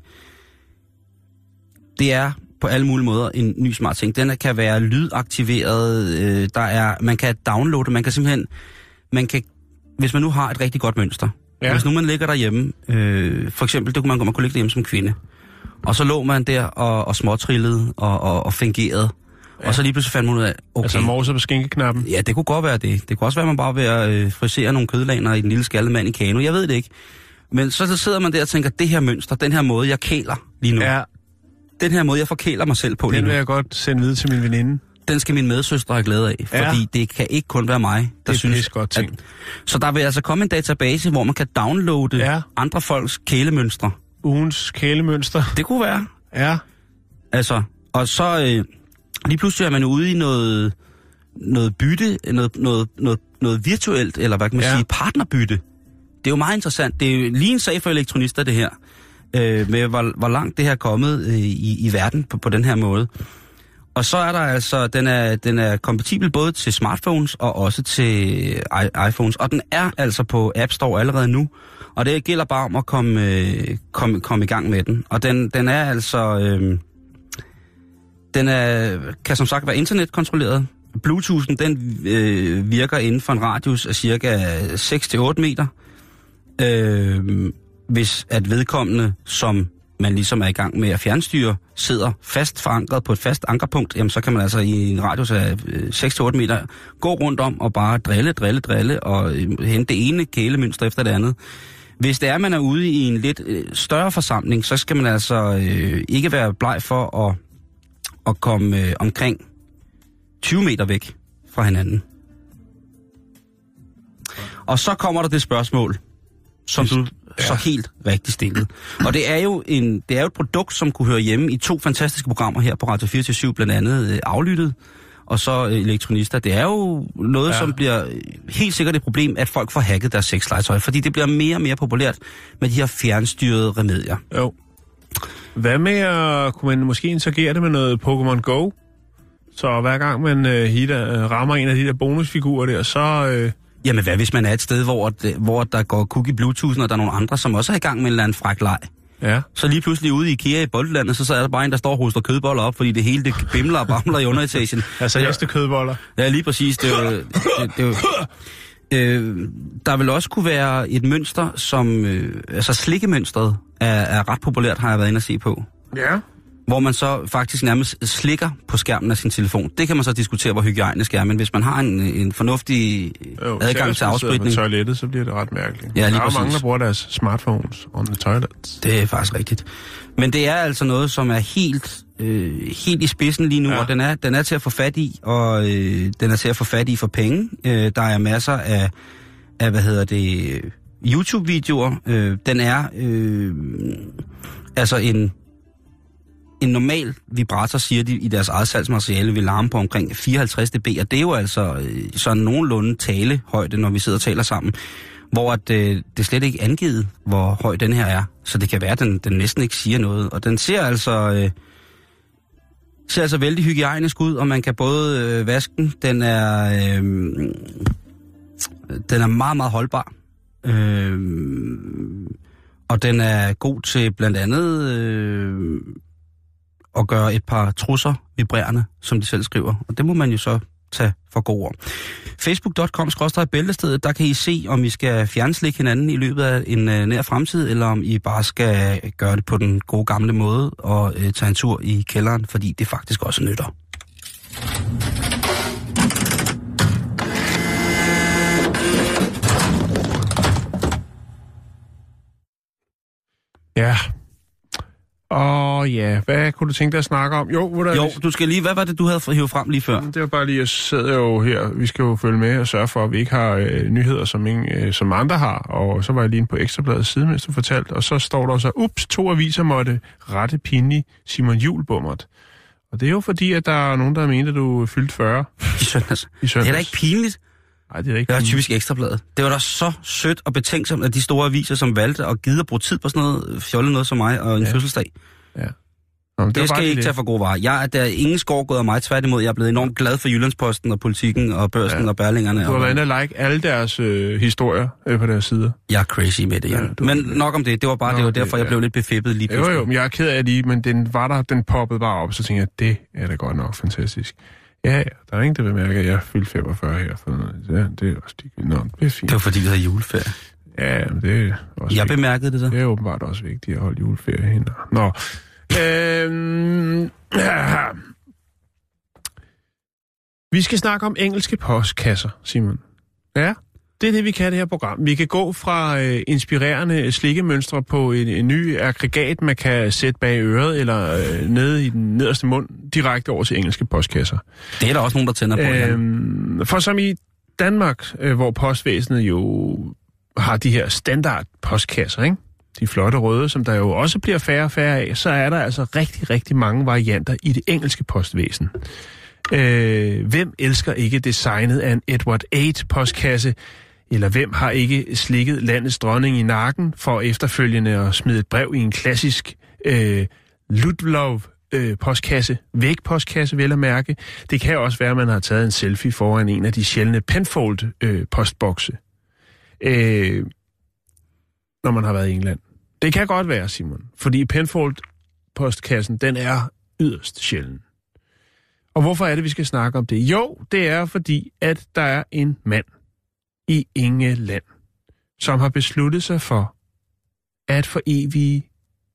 det er på alle mulige måder en ny smart ting. Den kan være lydaktiveret, øh, der er... Man kan downloade, man kan simpelthen... Man kan, hvis man nu har et rigtig godt mønster, ja. Hvis nu man ligger derhjemme, øh, for eksempel, det kunne man, man kunne ligge derhjemme som kvinde, og så lå man der og, og småtrillede og, og, og fingerede, ja. Og så lige pludselig fandt man ud af, okay. Altså morser på skinkeknappen? Ja, det kunne godt være det. Det kunne også være, at man bare ved at øh, frisere nogle kødlaner i den lille skaldede mand i kano. Jeg ved det ikke. Men så, så sidder man der og tænker, det her mønster, den her måde, jeg kæler lige nu. Ja. Den her måde, jeg forkæler mig selv på den lige nu. Den vil jeg godt sende videre til min veninde. Den skal min medsøstre have glæde af, fordi ja. Det kan ikke kun være mig, der det synes, godt ting. At, så der vil altså komme en database, hvor man kan downloade ja. Andre folks kælemønstre. Ugens kælemønster. Det kunne være. Ja. Altså, og så øh, lige pludselig er man ude i noget, noget bytte, noget, noget, noget, noget virtuelt, eller hvad kan man ja. Sige, partnerbytte. Det er jo meget interessant. Det er jo lige en sag for elektronister, det her, øh, med hvor, hvor langt det her er kommet øh, i, i verden på, på den her måde. Og så er der altså, den er, den er kompatibel både til smartphones og også til I- iPhones. Og den er altså på App Store allerede nu. Og det gælder bare om at komme, øh, komme, komme i gang med den. Og den, den er altså, øh, den er, kan som sagt være internetkontrolleret. Bluetoothen, den øh, virker inden for en radius af cirka seks til otte meter. Øh, hvis at vedkommende, som man ligesom er i gang med at fjernstyre, sidder fast forankret på et fast ankerpunkt, jamen så kan man altså i en radius af seks til otte meter gå rundt om og bare drille, drille, drille og hente det ene kælemønster efter det andet. Hvis det er, man er ude i en lidt større forsamling, så skal man altså øh, ikke være bleg for at, at komme øh, omkring tyve meter væk fra hinanden. Og så kommer der det spørgsmål, som du ja. Så helt rigtigt stillet. Og det er jo en, det er jo et produkt, som kunne høre hjemme i to fantastiske programmer her på Radio fireogtyve syv, blandt andet øh, Aflyttet, og så øh, Elektronister. Det er jo noget, ja. Som bliver helt sikkert et problem, at folk får hacket deres sexlegetøj, fordi det bliver mere og mere populært med de her fjernstyrede remedier. Jo. Hvad med at kunne man måske interagere det med noget Pokémon Go? Så hver gang man øh, hitter, øh, rammer en af de der bonusfigurer der, så... Øh Jamen hvad hvis man er et sted, hvor, hvor der går cookie Bluetooth, og der er nogle andre, som også er i gang med en eller anden fræk leg? Ja. Så lige pludselig ude i IKEA i Boltlandet, så, så er der bare en, der står og hoster kødboller op, fordi det hele det bimler og bamler i underetagen. Altså heste kødboller. Ja, lige præcis. Det er jo, det, det er jo, øh, der vil også kunne være et mønster, som... Øh, altså slikkemønstret er, er ret populært, har jeg været inde at se på. Ja. Hvor man så faktisk nærmest slikker på skærmen af sin telefon. Det kan man så diskutere, hvor hygiejnisk er, men hvis man har en, en fornuftig jo, adgang til afspritning... på toilettet, så bliver det ret mærkeligt. Ja, der er præcis. mange, der bruger deres smartphones on the toilet. Det er faktisk rigtigt. Men det er altså noget, som er helt, øh, helt i spidsen lige nu, ja. Og den er, den er til at få fat i, og øh, den er til at få fat i for penge. Øh, der er masser af, af hvad hedder det, YouTube-videoer. Øh, den er øh, altså en... En normal vibrator, siger de i deres eget salgsmateriale, vil larme på omkring fireoghalvtreds decibel, og det er jo altså øh, sådan nogenlunde talehøjde, når vi sidder og taler sammen, hvor at, øh, det er slet ikke angivet, hvor høj den her er. Så det kan være, at den, den næsten ikke siger noget. Og den ser altså, øh, ser altså vældig hygiejnisk ud, og man kan både øh, vaske den. Den er, øh, den er meget, meget holdbar. Øh, og den er god til blandt andet... Øh, og gøre et par trusser vibrerende, som de selv skriver. Og det må man jo så tage for gode ord. facebook punktum com skråstreg bæltestedet, der kan I se, om I skal fjernslikke hinanden i løbet af en uh, nær fremtid, eller om I bare skal gøre det på den gode gamle måde og uh, tage en tur i kælderen, fordi det faktisk også nytter. Ja. Åh oh, ja, hvad kunne du tænke dig at snakke om? Jo, hvor der jo du skal lige, hvad var det, du havde hivet frem lige før? Det var bare lige, jeg sidder jo her, vi skal jo følge med og sørge for, at vi ikke har øh, nyheder, som, ingen, øh, som andre har. Og så var jeg lige inde på Ekstrabladets side, mens du fortalte, og så står der så, ups, to aviser måtte rette pinlig Simon Juhl bummert. Og det er jo fordi, at der er nogen, der mener, at du er fyldt fyrre. I søndags. I søndags. Det er da ikke pinligt. Nej, det er ikke Det var pinligt. typisk Ekstrabladet. Det var da så sødt og betænksomt, at de store aviser, som valgte at gide at bruge tid på sådan noget, fjollet noget som mig og en ja. fødselsdag. Ja. Nå, det, det skal I ikke det. tage for gode varer. Jeg er der ingen skår gået af mig, tværtimod. Jeg er blevet enormt glad for Jyllandsposten og Politikken og Børsen ja. og Berlingerne. Du har været inde og like alle deres øh, historier øh, på deres sider. Jeg er crazy med det, ja. ja men nok om det. Det var bare Nå, det, var derfor, det, jeg ja. blev lidt befippet lige pludselig. Jo, jo, men jeg er ked af lige, men den var der, den poppede bare op, så tænkte jeg, det er da godt nok fantastisk. Ja, ja, der er ingen, der bemærker, at jeg er fyldt femogfyrre her. For noget. Ja, det er også de... Nå, det er fint. Det var fordi, vi havde juleferie. Ja, men det er også Jeg vigtigt. bemærkede det så. Det er åbenbart også vigtigt at holde juleferie hen. Nå. Øhm, ja. Vi skal snakke om engelske postkasser, Simon. Ja, det er det, vi kan det her program. Vi kan gå fra øh, inspirerende slikkemønstre på en, en ny aggregat, man kan sætte bag øret eller øh, nede i den nederste mund, direkte over til engelske postkasser. Det er der også nogen, der tænder på. Øhm, for som i Danmark, øh, hvor postvæsenet jo har de her standard postkasser, ikke? De flotte røde, som der jo også bliver færre og færre af, så er der altså rigtig, rigtig mange varianter i det engelske postvæsen. Øh, hvem elsker ikke designet af en Edward otte postkasse, eller hvem har ikke slikket landets dronning i nakken for efterfølgende at smide et brev i en klassisk øh, Ludlov øh, postkasse, vægpostkasse vel at mærke. Det kan også være, at man har taget en selfie foran en af de sjældne Penfold øh, postbokse. Øh, når man har været i England. Det kan godt være, Simon, fordi Penfold-postkassen, den er yderst sjælden. Og hvorfor er det, vi skal snakke om det? Jo, det er fordi, at der er en mand i England, som har besluttet sig for at forevige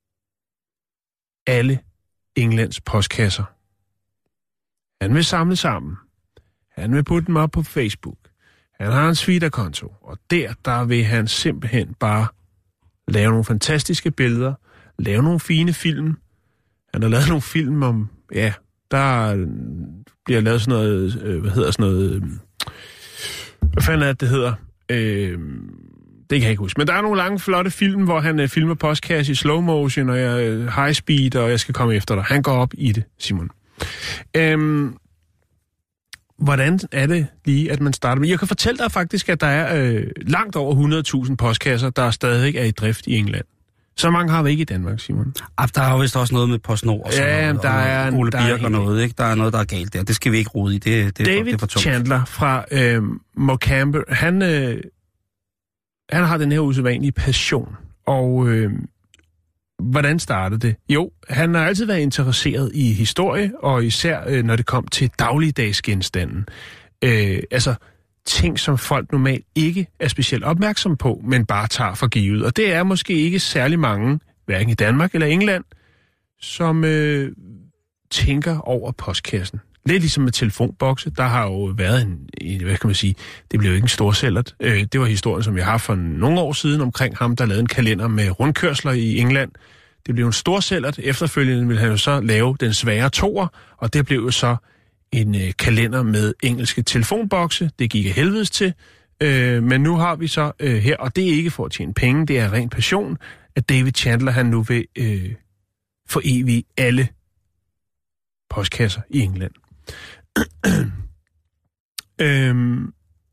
alle Englands postkasser. Han vil samle sammen. Han vil putte dem op på Facebook. Han har en Twitter-konto, og der, der vil han simpelthen bare lave nogle fantastiske billeder, lave nogle fine film. Han har lavet nogle film om, ja, der bliver lavet sådan noget, øh, hvad hedder sådan noget, øh, hvad fanden er det, det hedder? Øh, det kan jeg ikke huske. Men der er nogle lange, flotte film, hvor han øh, filmer postkasse i slow motion, og jeg, øh, high speed, og jeg skal komme efter dig. Han går op i det, Simon. Øh, Hvordan er det lige, at man starter med? Jeg kan fortælle dig faktisk, at der er øh, langt over hundrede tusind postkasser, der stadig er i drift i England. Så mange har vi ikke i Danmark, Simon. Ah, der er jo vist også noget med PostNord og sådan ja, noget. Der er en, Ole der Birk og noget, ikke? Der er noget, der er galt der. Det skal vi ikke rode i. Det, det, David det er for tungt. Chandler fra øh, Morecambe, han, øh, han har den her usædvanlige passion. Og øh, hvordan startede det? Jo, han har altid været interesseret i historie, og især øh, når det kom til dagligdagsgenstanden. Øh, altså ting, som folk normalt ikke er specielt opmærksom på, men bare tager for givet. Og det er måske ikke særlig mange, hverken i Danmark eller England, som øh, tænker over postkassen. Lidt ligesom med telefonbokse, der har jo været en, en hvad kan man sige, det blev jo ikke en storsælgert. Øh, det var historien, som jeg har for nogle år siden omkring ham, der lavede en kalender med rundkørsler i England. Det blev en storsælgert. Efterfølgende ville han jo så lave den svære toer, og det blev jo så en øh, kalender med engelske telefonbokse. Det gik af helvedes til. Øh, men nu har vi så øh, her, og det er ikke for at tjene penge, det er ren passion, at David Chandler, han nu vil øh, forevige alle postkasser i England. øhm,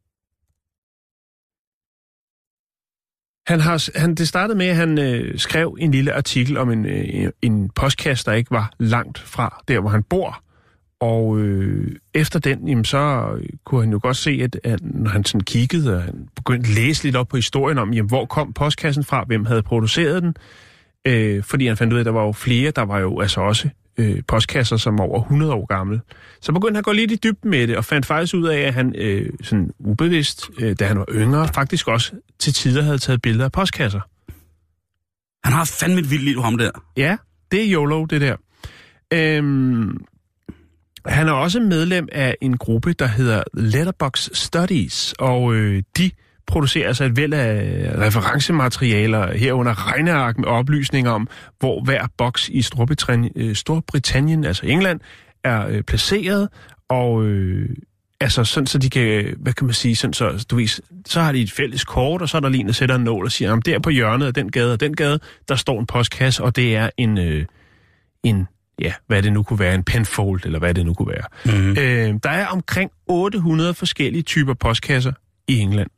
han har, han, det startede med, at han øh, skrev en lille artikel om en, øh, en postkasse, der ikke var langt fra der, hvor han bor. Og øh, efter den, jamen, så kunne han jo godt se, at, at når han sådan kiggede, og han begyndte at læse lidt op på historien om, jamen, hvor kom postkassen fra, hvem havde produceret den. Øh, fordi han fandt ud af, at der var jo flere, der var jo altså også øh, postkasser, som var over hundrede år gamle. Så begyndte han at gå lidt i dybden med det, og fandt faktisk ud af, at han øh, sådan ubevidst, øh, da han var yngre, faktisk også til tider havde taget billeder af postkasser. Han har fandme et vildt liv om der. Ja, det er YOLO, det der. Øhm, han er også medlem af en gruppe, der hedder Letterbox Studies, og øh, de producerer altså et væld af referencematerialer herunder regneark med oplysninger om, hvor hver boks i Storbritannien, Storbritannien altså England, er øh, placeret, og øh, altså sådan, så de kan, hvad kan man sige, sådan, så, du ved, så har de et fælles kort, og så er der lige en, der sætter en nål og siger, der på hjørnet af den gade og den gade, der står en postkasse, og det er en, øh, en ja, hvad det nu kunne være, en penfold, eller hvad det nu kunne være. Mm-hmm. Øh, der er omkring otte hundrede forskellige typer postkasser i England.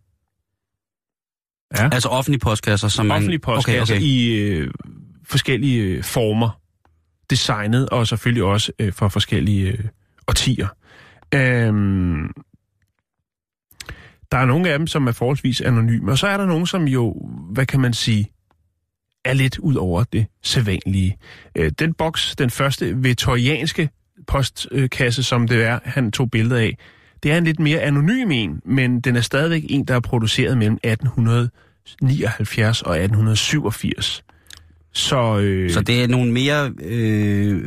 Ja. Altså offentlige postkasser, som offentlige postkasser okay, okay. i øh, forskellige øh, former, designet, og selvfølgelig også øh, fra forskellige øh, årtier. Øhm, der er nogle af dem, som er forholdsvis anonyme, og så er der nogle, som jo, hvad kan man sige, er lidt ud over det sædvanlige. Øh, den boks, den første victorianske postkasse, som det er, han tog billeder af, det er en lidt mere anonym en, men den er stadigvæk en, der er produceret mellem atten nioghalvfjerds og atten syvogfirs. Så, øh, så det er nogle mere øh,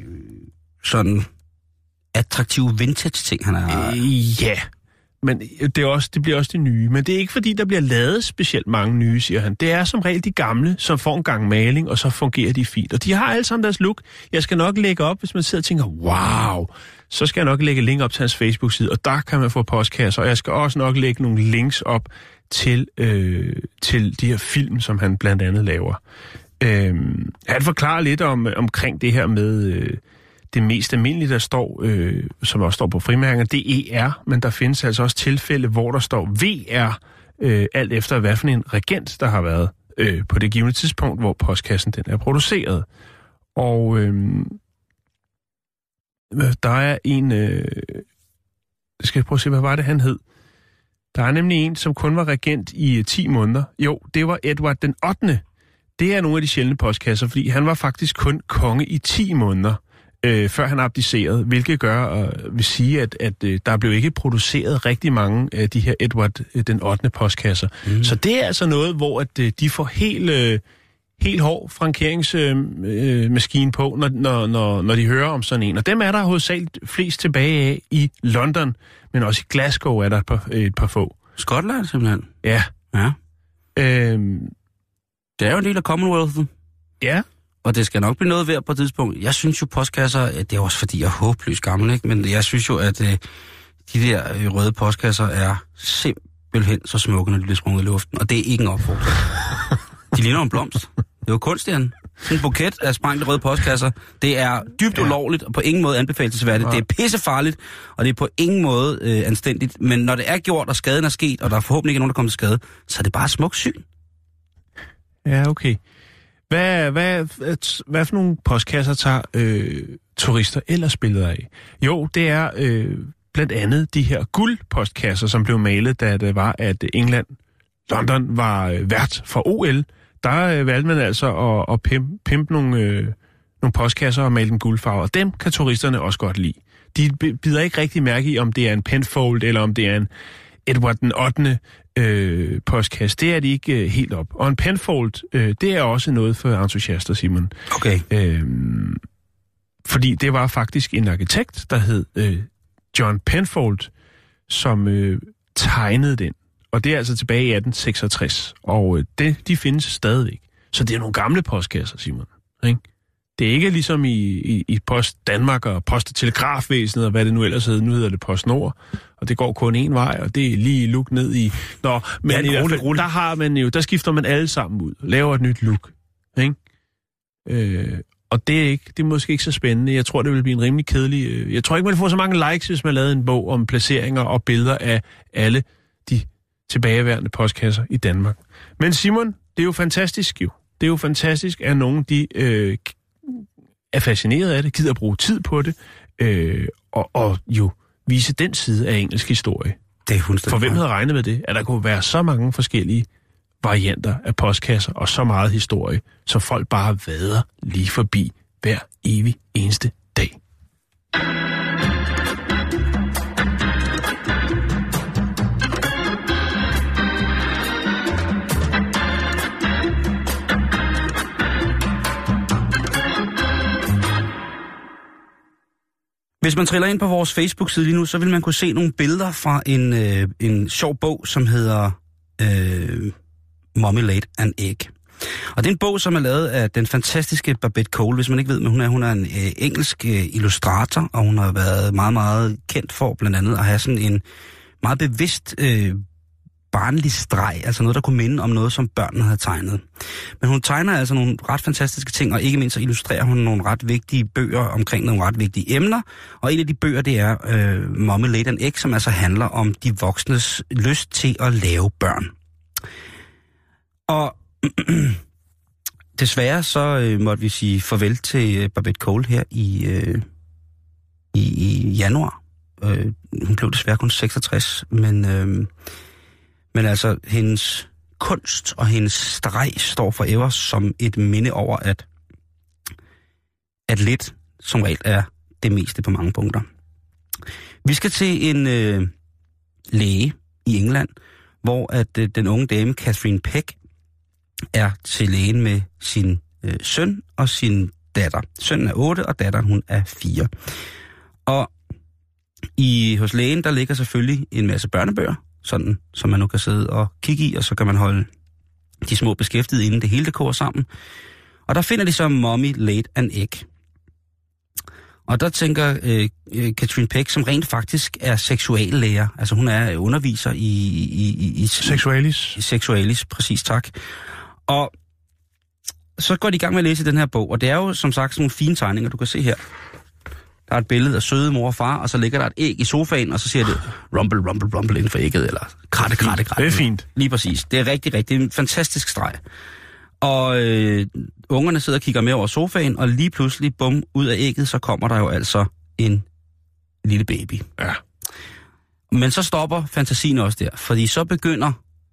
sådan attraktive vintage-ting, han har... Øh, ja, men det, er også, det bliver også det nye. Men det er ikke, fordi der bliver lavet specielt mange nye, siger han. Det er som regel de gamle, som får en gang maling, og så fungerer de fint. Og de har alle sammen deres look. Jeg skal nok lægge op, hvis man sidder og tænker, wow, så skal jeg nok lægge link op til hans Facebook-side, og der kan man få postkasser. Og jeg skal også nok lægge nogle links op til, øh, til de her film, som han blandt andet laver. Øh, han forklarer lidt om, omkring det her med... Øh, det mest almindelige, der står, øh, som også står på frimærker, det er E R, men der findes altså også tilfælde, hvor der står V R, øh, alt efter hvad for en regent, der har været øh, på det givne tidspunkt, hvor postkassen den er produceret. Og øh, der er en, øh, skal jeg prøve at se, hvad var det, han hed? Der er nemlig en, som kun var regent i ti måneder. Jo, det var Edward den ottende. Det er nogle af de sjældne postkasser, fordi han var faktisk kun konge i ti måneder. Øh, før han abdicerede, hvilket gør og vil sige, at, at øh, der blev ikke produceret rigtig mange af de her Edward øh, den ottende postkasser. Mm. Så det er altså noget, hvor at, øh, de får helt, øh, helt hård frankeringsmaskine øh, på, når, når, når, når de hører om sådan en. Og dem er der hovedsageligt flest tilbage af i London, men også i Glasgow er der et par, et par få. Skotland simpelthen? Ja. ja. Øhm, det er jo en del af Commonwealth. Ja. Og det skal nok blive noget værd på et tidspunkt. Jeg synes jo, postkasser, det er også fordi, jeg er håbløst gammel, ikke? Men jeg synes jo, at øh, de der øh, røde postkasser er simpelthen så smukke, når de bliver sprunget i luften. Og det er ikke en opfordring. De ligner en blomst. Det er jo kunst, Jan. Sådan en buket af sprængte røde postkasser, det er dybt ja. ulovligt og på ingen måde anbefalelsesværdigt. Ja. Det er pissefarligt, og det er på ingen måde øh, anstændigt. Men når det er gjort, og skaden er sket, og der forhåbentlig ikke er nogen, der kommer til skade, så er det bare smuk syn. Ja, okay. Hvad, hvad, hvad for nogle postkasser tager øh, turister ellers billeder af? Jo, det er øh, blandt andet de her guldpostkasser, som blev malet, da det var, at England, London var øh, vært for O L. der øh, valgte man altså at, at pimpe, pimpe nogle, øh, nogle postkasser og male dem guldfarver. Dem kan turisterne også godt lide. De bider ikke rigtig mærke i, om det er en Penfold, eller om det er en Edward den ottende Øh, postkasse. Det er de ikke øh, helt op. Og en Penfold, øh, det er også noget for entusiaster, Simon. Okay. Øh, fordi det var faktisk en arkitekt, der hed øh, John Penfold, som øh, tegnede den. Og det er altså tilbage i atten seksogtres. Og øh, det, de findes stadigvæk. Så det er nogle gamle postkasser, Simon. Ikke? Det er ikke ligesom i, i, i Post Danmark og Post- og Telegrafvæsenet og hvad det nu ellers hedder. Nu hedder det Post Nord, og det går kun én vej, og det er lige luk ned i... Nå, men ja, i hvert fald, der har man jo, der skifter man alle sammen ud, laver et nyt look, ikke? Øh, og det er ikke, det er måske ikke så spændende. Jeg tror, det vil blive en rimelig kedelig... Øh, jeg tror ikke, man får så mange likes, hvis man lavede en bog om placeringer og billeder af alle de tilbageværende postkasser i Danmark. Men Simon, det er jo fantastisk jo. Det er jo fantastisk, at nogen de... Øh, er fascineret af det, gider at bruge tid på det, øh, og, og jo vise den side af engelsk historie. Det er For hvem havde regnet med det? At der kunne være så mange forskellige varianter af postkasser, og så meget historie, så folk bare vader lige forbi hver evig eneste dag. Hvis man triller ind på vores Facebook-side lige nu, så vil man kunne se nogle billeder fra en, øh, en sjov bog, som hedder øh, Mommy Laid an Egg. Og det er en bog, som er lavet af den fantastiske Babette Cole, hvis man ikke ved, men hun er, hun er en øh, engelsk øh, illustrator, og hun har været meget, meget kendt for blandt andet at have sådan en meget bevidst øh, barnlig streg, altså noget, der kunne minde om noget, som børnene havde tegnet. Men hun tegner altså nogle ret fantastiske ting, og ikke mindst så illustrerer hun nogle ret vigtige bøger omkring nogle ret vigtige emner. Og en af de bøger, det er øh, Mommy Laid an Egg, som altså handler om de voksnes lyst til at lave børn. Og desværre så øh, måtte vi sige farvel til øh, Babette Cole her i, øh, i, i januar. Øh, hun blev desværre kun seksogtres, men... Øh, Men altså, hendes kunst og hendes streg står forever som et minde over, at, at lidt som regel er det meste på mange punkter. Vi skal til en øh, læge i England, hvor at øh, den unge dame, Catherine Peck, er til lægen med sin øh, søn og sin datter. Sønnen er otte, og datteren hun er fire. Og i, hos lægen, der ligger selvfølgelig en masse børnebøger, sådan, som man nu kan sidde og kigge i, og så kan man holde de små beskæftigede, inden det hele det koger sammen. Og der finder de så Mommy Laid an Egg. Og der tænker øh, Catherine Peck, som rent faktisk er seksuallærer, altså hun er underviser i... i, i, i Seksualis. I seksualis, præcis, tak. Og så går de i gang med at læse den her bog, og det er jo som sagt sådan nogle fine tegninger, du kan se her. Der er et billede af søde mor og far, og så ligger der et æg i sofaen, og så siger det rumble, rumble, rumble inden for ægget, eller kratte, kratte, kratte. Det er fint. Lige præcis. Det er rigtig, rigtig en fantastisk streg. Og øh, ungerne sidder og kigger med over sofaen, og lige pludselig, bum, ud af ægget, så kommer der jo altså en lille baby. Ja. Men så stopper fantasien også der, fordi så begynder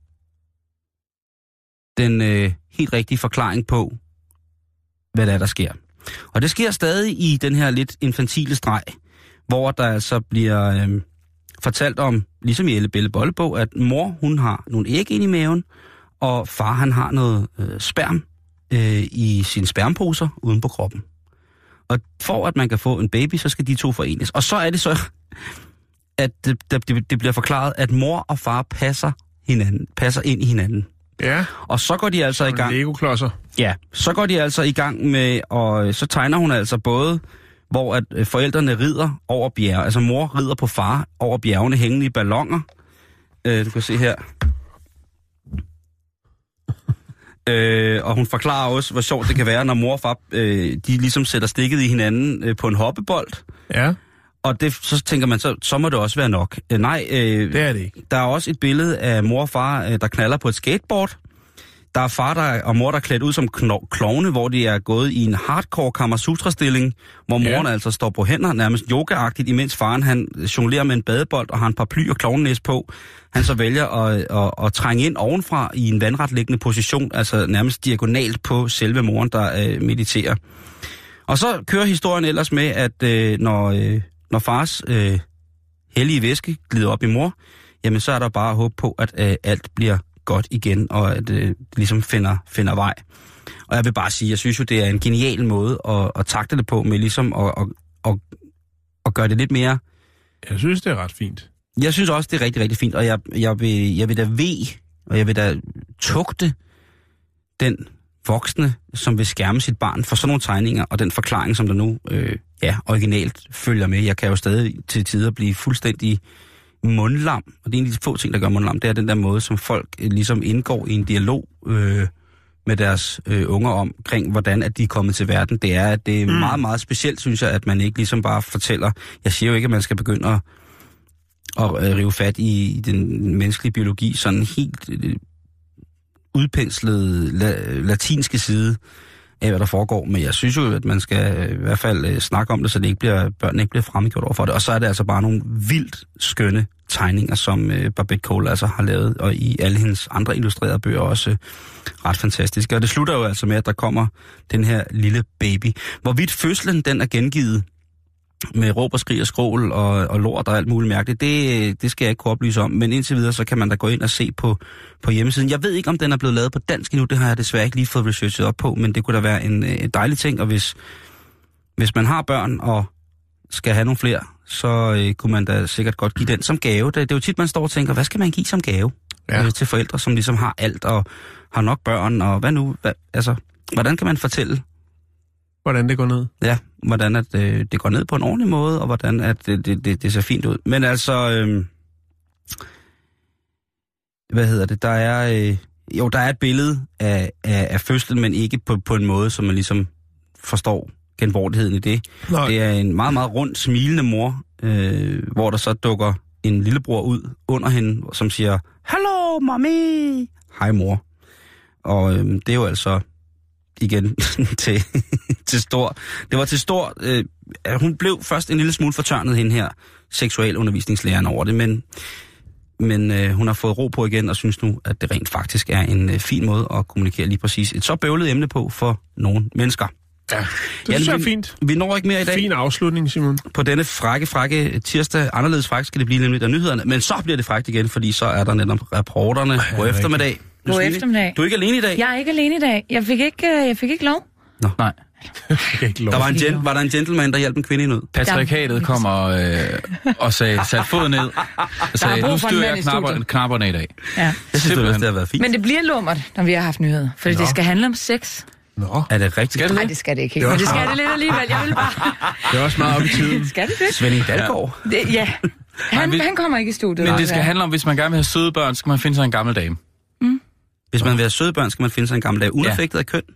den øh, helt rigtige forklaring på, hvad der er, der sker. Og det sker stadig i den her lidt infantile streg, hvor der altså bliver øh, fortalt om, ligesom i Elle Belle Bollebog, at mor, hun har nogle æg ind i maven, og far, han har noget øh, sperm øh, i sine spermposer uden på kroppen. Og for at man kan få en baby, så skal de to forenes. Og så er det så, at det, det, det bliver forklaret, at mor og far passer hinanden, passer ind i hinanden. Ja. Og så går de altså i gang... Lego-klodser. Ja, så går de altså i gang med, og så tegner hun altså både, hvor at forældrene rider over bjerge, altså mor rider på far over bjergene hængende i balloner. Øh, du kan se her. øh, og hun forklarer også, hvor sjovt det kan være, når mor og far, øh, de ligesom sætter stikket i hinanden øh, på en hoppebold. Ja. Og det, så tænker man, så, så må det også være nok. Øh, nej, øh, det er det ikke. Der er også et billede af mor og far, øh, der knaller på et skateboard. Der er far der, og mor, der er klædt ud som kno- klovne, hvor de er gået i en hardcore Kamasutra-stilling, hvor moren ja. altså står på hænder, nærmest yogaagtigt, imens faren han jonglerer med en badebold og har en paraply og klovnenæs på. Han så vælger at, at, at trænge ind ovenfra i en vandret liggende position, altså nærmest diagonalt på selve moren, der øh, mediterer. Og så kører historien ellers med, at øh, når, øh, når fars øh, hellige væske glider op i mor, jamen så er der bare håb på, at øh, alt bliver godt igen, og at øh, det ligesom finder, finder vej. Og jeg vil bare sige, jeg synes jo, det er en genial måde at, at takte det på, med ligesom at, at, at, at gøre det lidt mere... Jeg synes, det er ret fint. Jeg synes også, det er rigtig, rigtig fint, og jeg, jeg, vil, jeg vil da ved, og jeg vil da tugte den voksne, som vil skærme sit barn for sådan nogle tegninger, og den forklaring, som der nu øh, ja, originalt følger med. Jeg kan jo stadig til tider blive fuldstændig mundlam, og det er en af de få ting, der gør mundlam, det er den der måde, som folk øh, ligesom indgår i en dialog øh, med deres øh, unger omkring, hvordan at de er kommet til verden. Det er, at det er mm. meget, meget specielt, synes jeg, at man ikke ligesom bare fortæller, jeg siger jo ikke, at man skal begynde at, at øh, rive fat i, i den menneskelige biologi, sådan helt øh, udpenslede la, latinske side af, hvad der foregår, men jeg synes jo, at man skal i hvert fald øh, snakke om det, så det ikke bliver, børnene ikke bliver fremmedgjort over for det. Og så er det altså bare nogle vildt skønne tegninger, som øh, Babette Cole altså har lavet, og i alle hendes andre illustrerede bøger også øh, ret fantastiske. Og det slutter jo altså med, at der kommer den her lille baby. Hvorvidt fødslen den er gengivet med råb og skrig og skrål og, og lort og alt muligt mærkeligt, det, det skal jeg ikke kunne oplyse om, men indtil videre, så kan man da gå ind og se på, på hjemmesiden. Jeg ved ikke, om den er blevet lavet på dansk endnu, det har jeg desværre ikke lige fået researchet op på, men det kunne da være en, en dejlig ting, og hvis, hvis man har børn og skal have nogle flere, så øh, kunne man da sikkert godt give den som gave. Det, det er jo tit, man står og tænker, hvad skal man give som gave ja. øh, til forældre, som ligesom har alt og har nok børn, og hvad nu? Hvad, altså, hvordan kan man fortælle, hvordan det går ned? Ja, hvordan at, øh, det går ned på en ordentlig måde, og hvordan at det, det, det, det ser fint ud. Men altså, øh, hvad hedder det, der er, øh, jo, der er et billede af, af, af fødslen, men ikke på, på en måde, som man ligesom forstår genvordigheden i det. Nej. Det er en meget, meget rund, smilende mor, øh, hvor der så dukker en lillebror ud under hende, som siger, hallo, mami! Hej, mor. Og øh, det er jo altså igen til, til stor... Det var til stor... Øh, hun blev først en lille smule fortørnet, hende her seksualundervisningslæreren over det, men, men øh, hun har fået ro på igen og synes nu, at det rent faktisk er en øh, fin måde at kommunikere lige præcis et så bøvlet emne på for nogle mennesker. Ja, det synes jeg er fint. Vi når ikke mere i dag. Fin afslutning, Simon. På denne frække, frække tirsdag. Anderledes fræk skal det blive nemlig der nyhederne. Men så bliver det frækt igen, fordi så er der netop rapporterne. Ja, god eftermiddag. God eftermiddag. Du er ikke alene i dag? Jeg er ikke alene i dag. Jeg fik ikke, jeg fik ikke lov. Nå. Nej. ikke lov. Der var, en gen, var der en gentleman, der hjalp en kvinde i nød? Patriarkatet kom og, øh, og sagde, satte foden ned og sagde, nu styrer jeg knapper, knapperne i dag. Ja. Jeg synes, det, det har været fint. Men det bliver lummert, når vi har haft nyheder. For det skal handle om sex. Nå. Er det rigtigt? Nej, det skal det ikke. Men det skal det lidt alligevel. Jeg vil bare... Det er også meget op i tiden. Skal det det? Svending Dalgaard. Ja. Det, ja. Han, han kommer ikke i studiet. Men det skal handle om, hvis man gerne vil have søde børn, skal man finde sig en gammel dame. Mm. Hvis man vil have søde børn, skal man finde sig en gammel dame. Unaffektet af køn.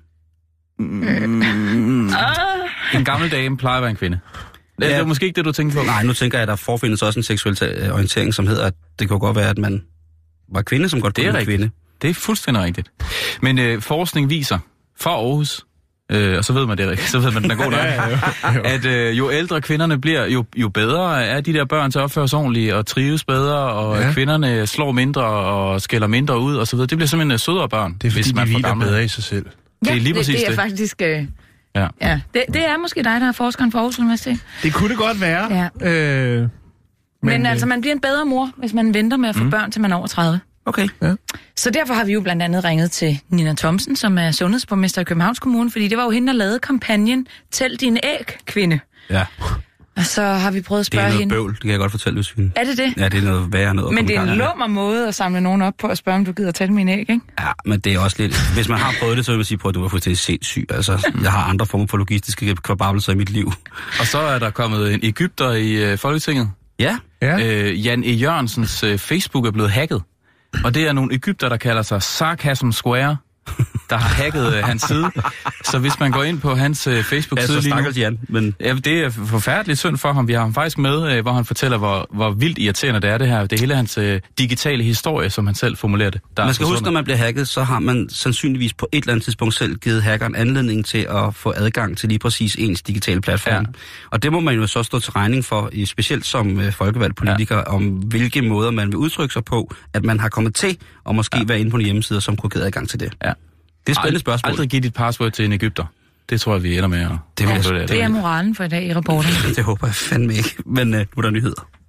Mm. En gammel dame plejer at være en kvinde. Det er ja. måske ikke det, du tænker på. Nej, nu tænker jeg, at der forfindes også en seksuel orientering, som hedder, at det kan godt være, at man var kvinde, som godt kunne være kvinde. Det er fuldstændig rigtigt. Men øh, forskning viser fra Aarhus, øh, og så ved man det, så ved man, den er god nok, ja, jo, jo. at øh, jo ældre kvinderne bliver, jo, jo bedre er de der børn til at opføre sig ordentligt og trives bedre, og ja. kvinderne slår mindre og skælder mindre ud, og så videre. Det bliver simpelthen sødere børn, det er, fordi hvis man de får hviler bedre i sig selv. Ja, det er lige præcis det. Det er det. faktisk... Øh... Ja. ja. Det, det er måske dig, der er forskeren for Aarhus Universitet. Det kunne det godt være. Ja. Øh, men men øh... altså, man bliver en bedre mor, hvis man venter med at få mm. børn, til man er over tredive. Okay. Ja. Så derfor har vi jo blandt andet ringet til Nina Thomsen, som er sundhedsborgmester i Københavns Kommune, fordi det var jo hende, der lavede kampagnen Tæl dine æg, kvinde. Ja. Og så har vi prøvet at spørge hende... Det er noget hende. Bøvl, det kan jeg godt fortælle, hvis vi... Er det det? Ja, det er noget værre noget. Men det er en lummer måde at samle nogen op på og spørge, om du gider tælle mine æg, ikke? Ja, men det er også lidt... Hvis man har prøvet det, så vil man sige på, at du var fuldstændig sindssyg. Altså, jeg har andre former for logistiske kvababelser i mit liv. Og så er der kommet en egypter i øh, Folketinget. Ja. ja. Øh, Jan E. Jørgensens øh, Facebook er blevet hacket. Og det er nogle egypter, der kalder sig Sarcasm Square. der har hacket øh, hans side. Så hvis man går ind på hans øh, Facebook-side lige nu... Altså, Jan, men... Ja, det er forfærdeligt synd for ham. Vi har ham faktisk med, øh, hvor han fortæller, hvor, hvor vildt irriterende det er, det her. Det er hele hans øh, digitale historie, som han selv formulerer det. Der man skal huske, når man bliver hacket, så har man sandsynligvis på et eller andet tidspunkt selv givet hackeren anledning til at få adgang til lige præcis ens digitale platform. Ja. Og det må man jo så stå til regning for, specielt som øh, folkevalgt politiker, ja. Om hvilke måder man vil udtrykke sig på, at man har kommet til at måske ja. Være inde på en hjemmeside, som kunne give adgang til det. Ja. Det er et spændende spørgsmål. Aldrig give dit password til en egypter. Det tror jeg, vi ender med at... Det, ja, det, det er moralen for i dag i rapporten. Det håber jeg fandme ikke, men øh, nu er der nyheder.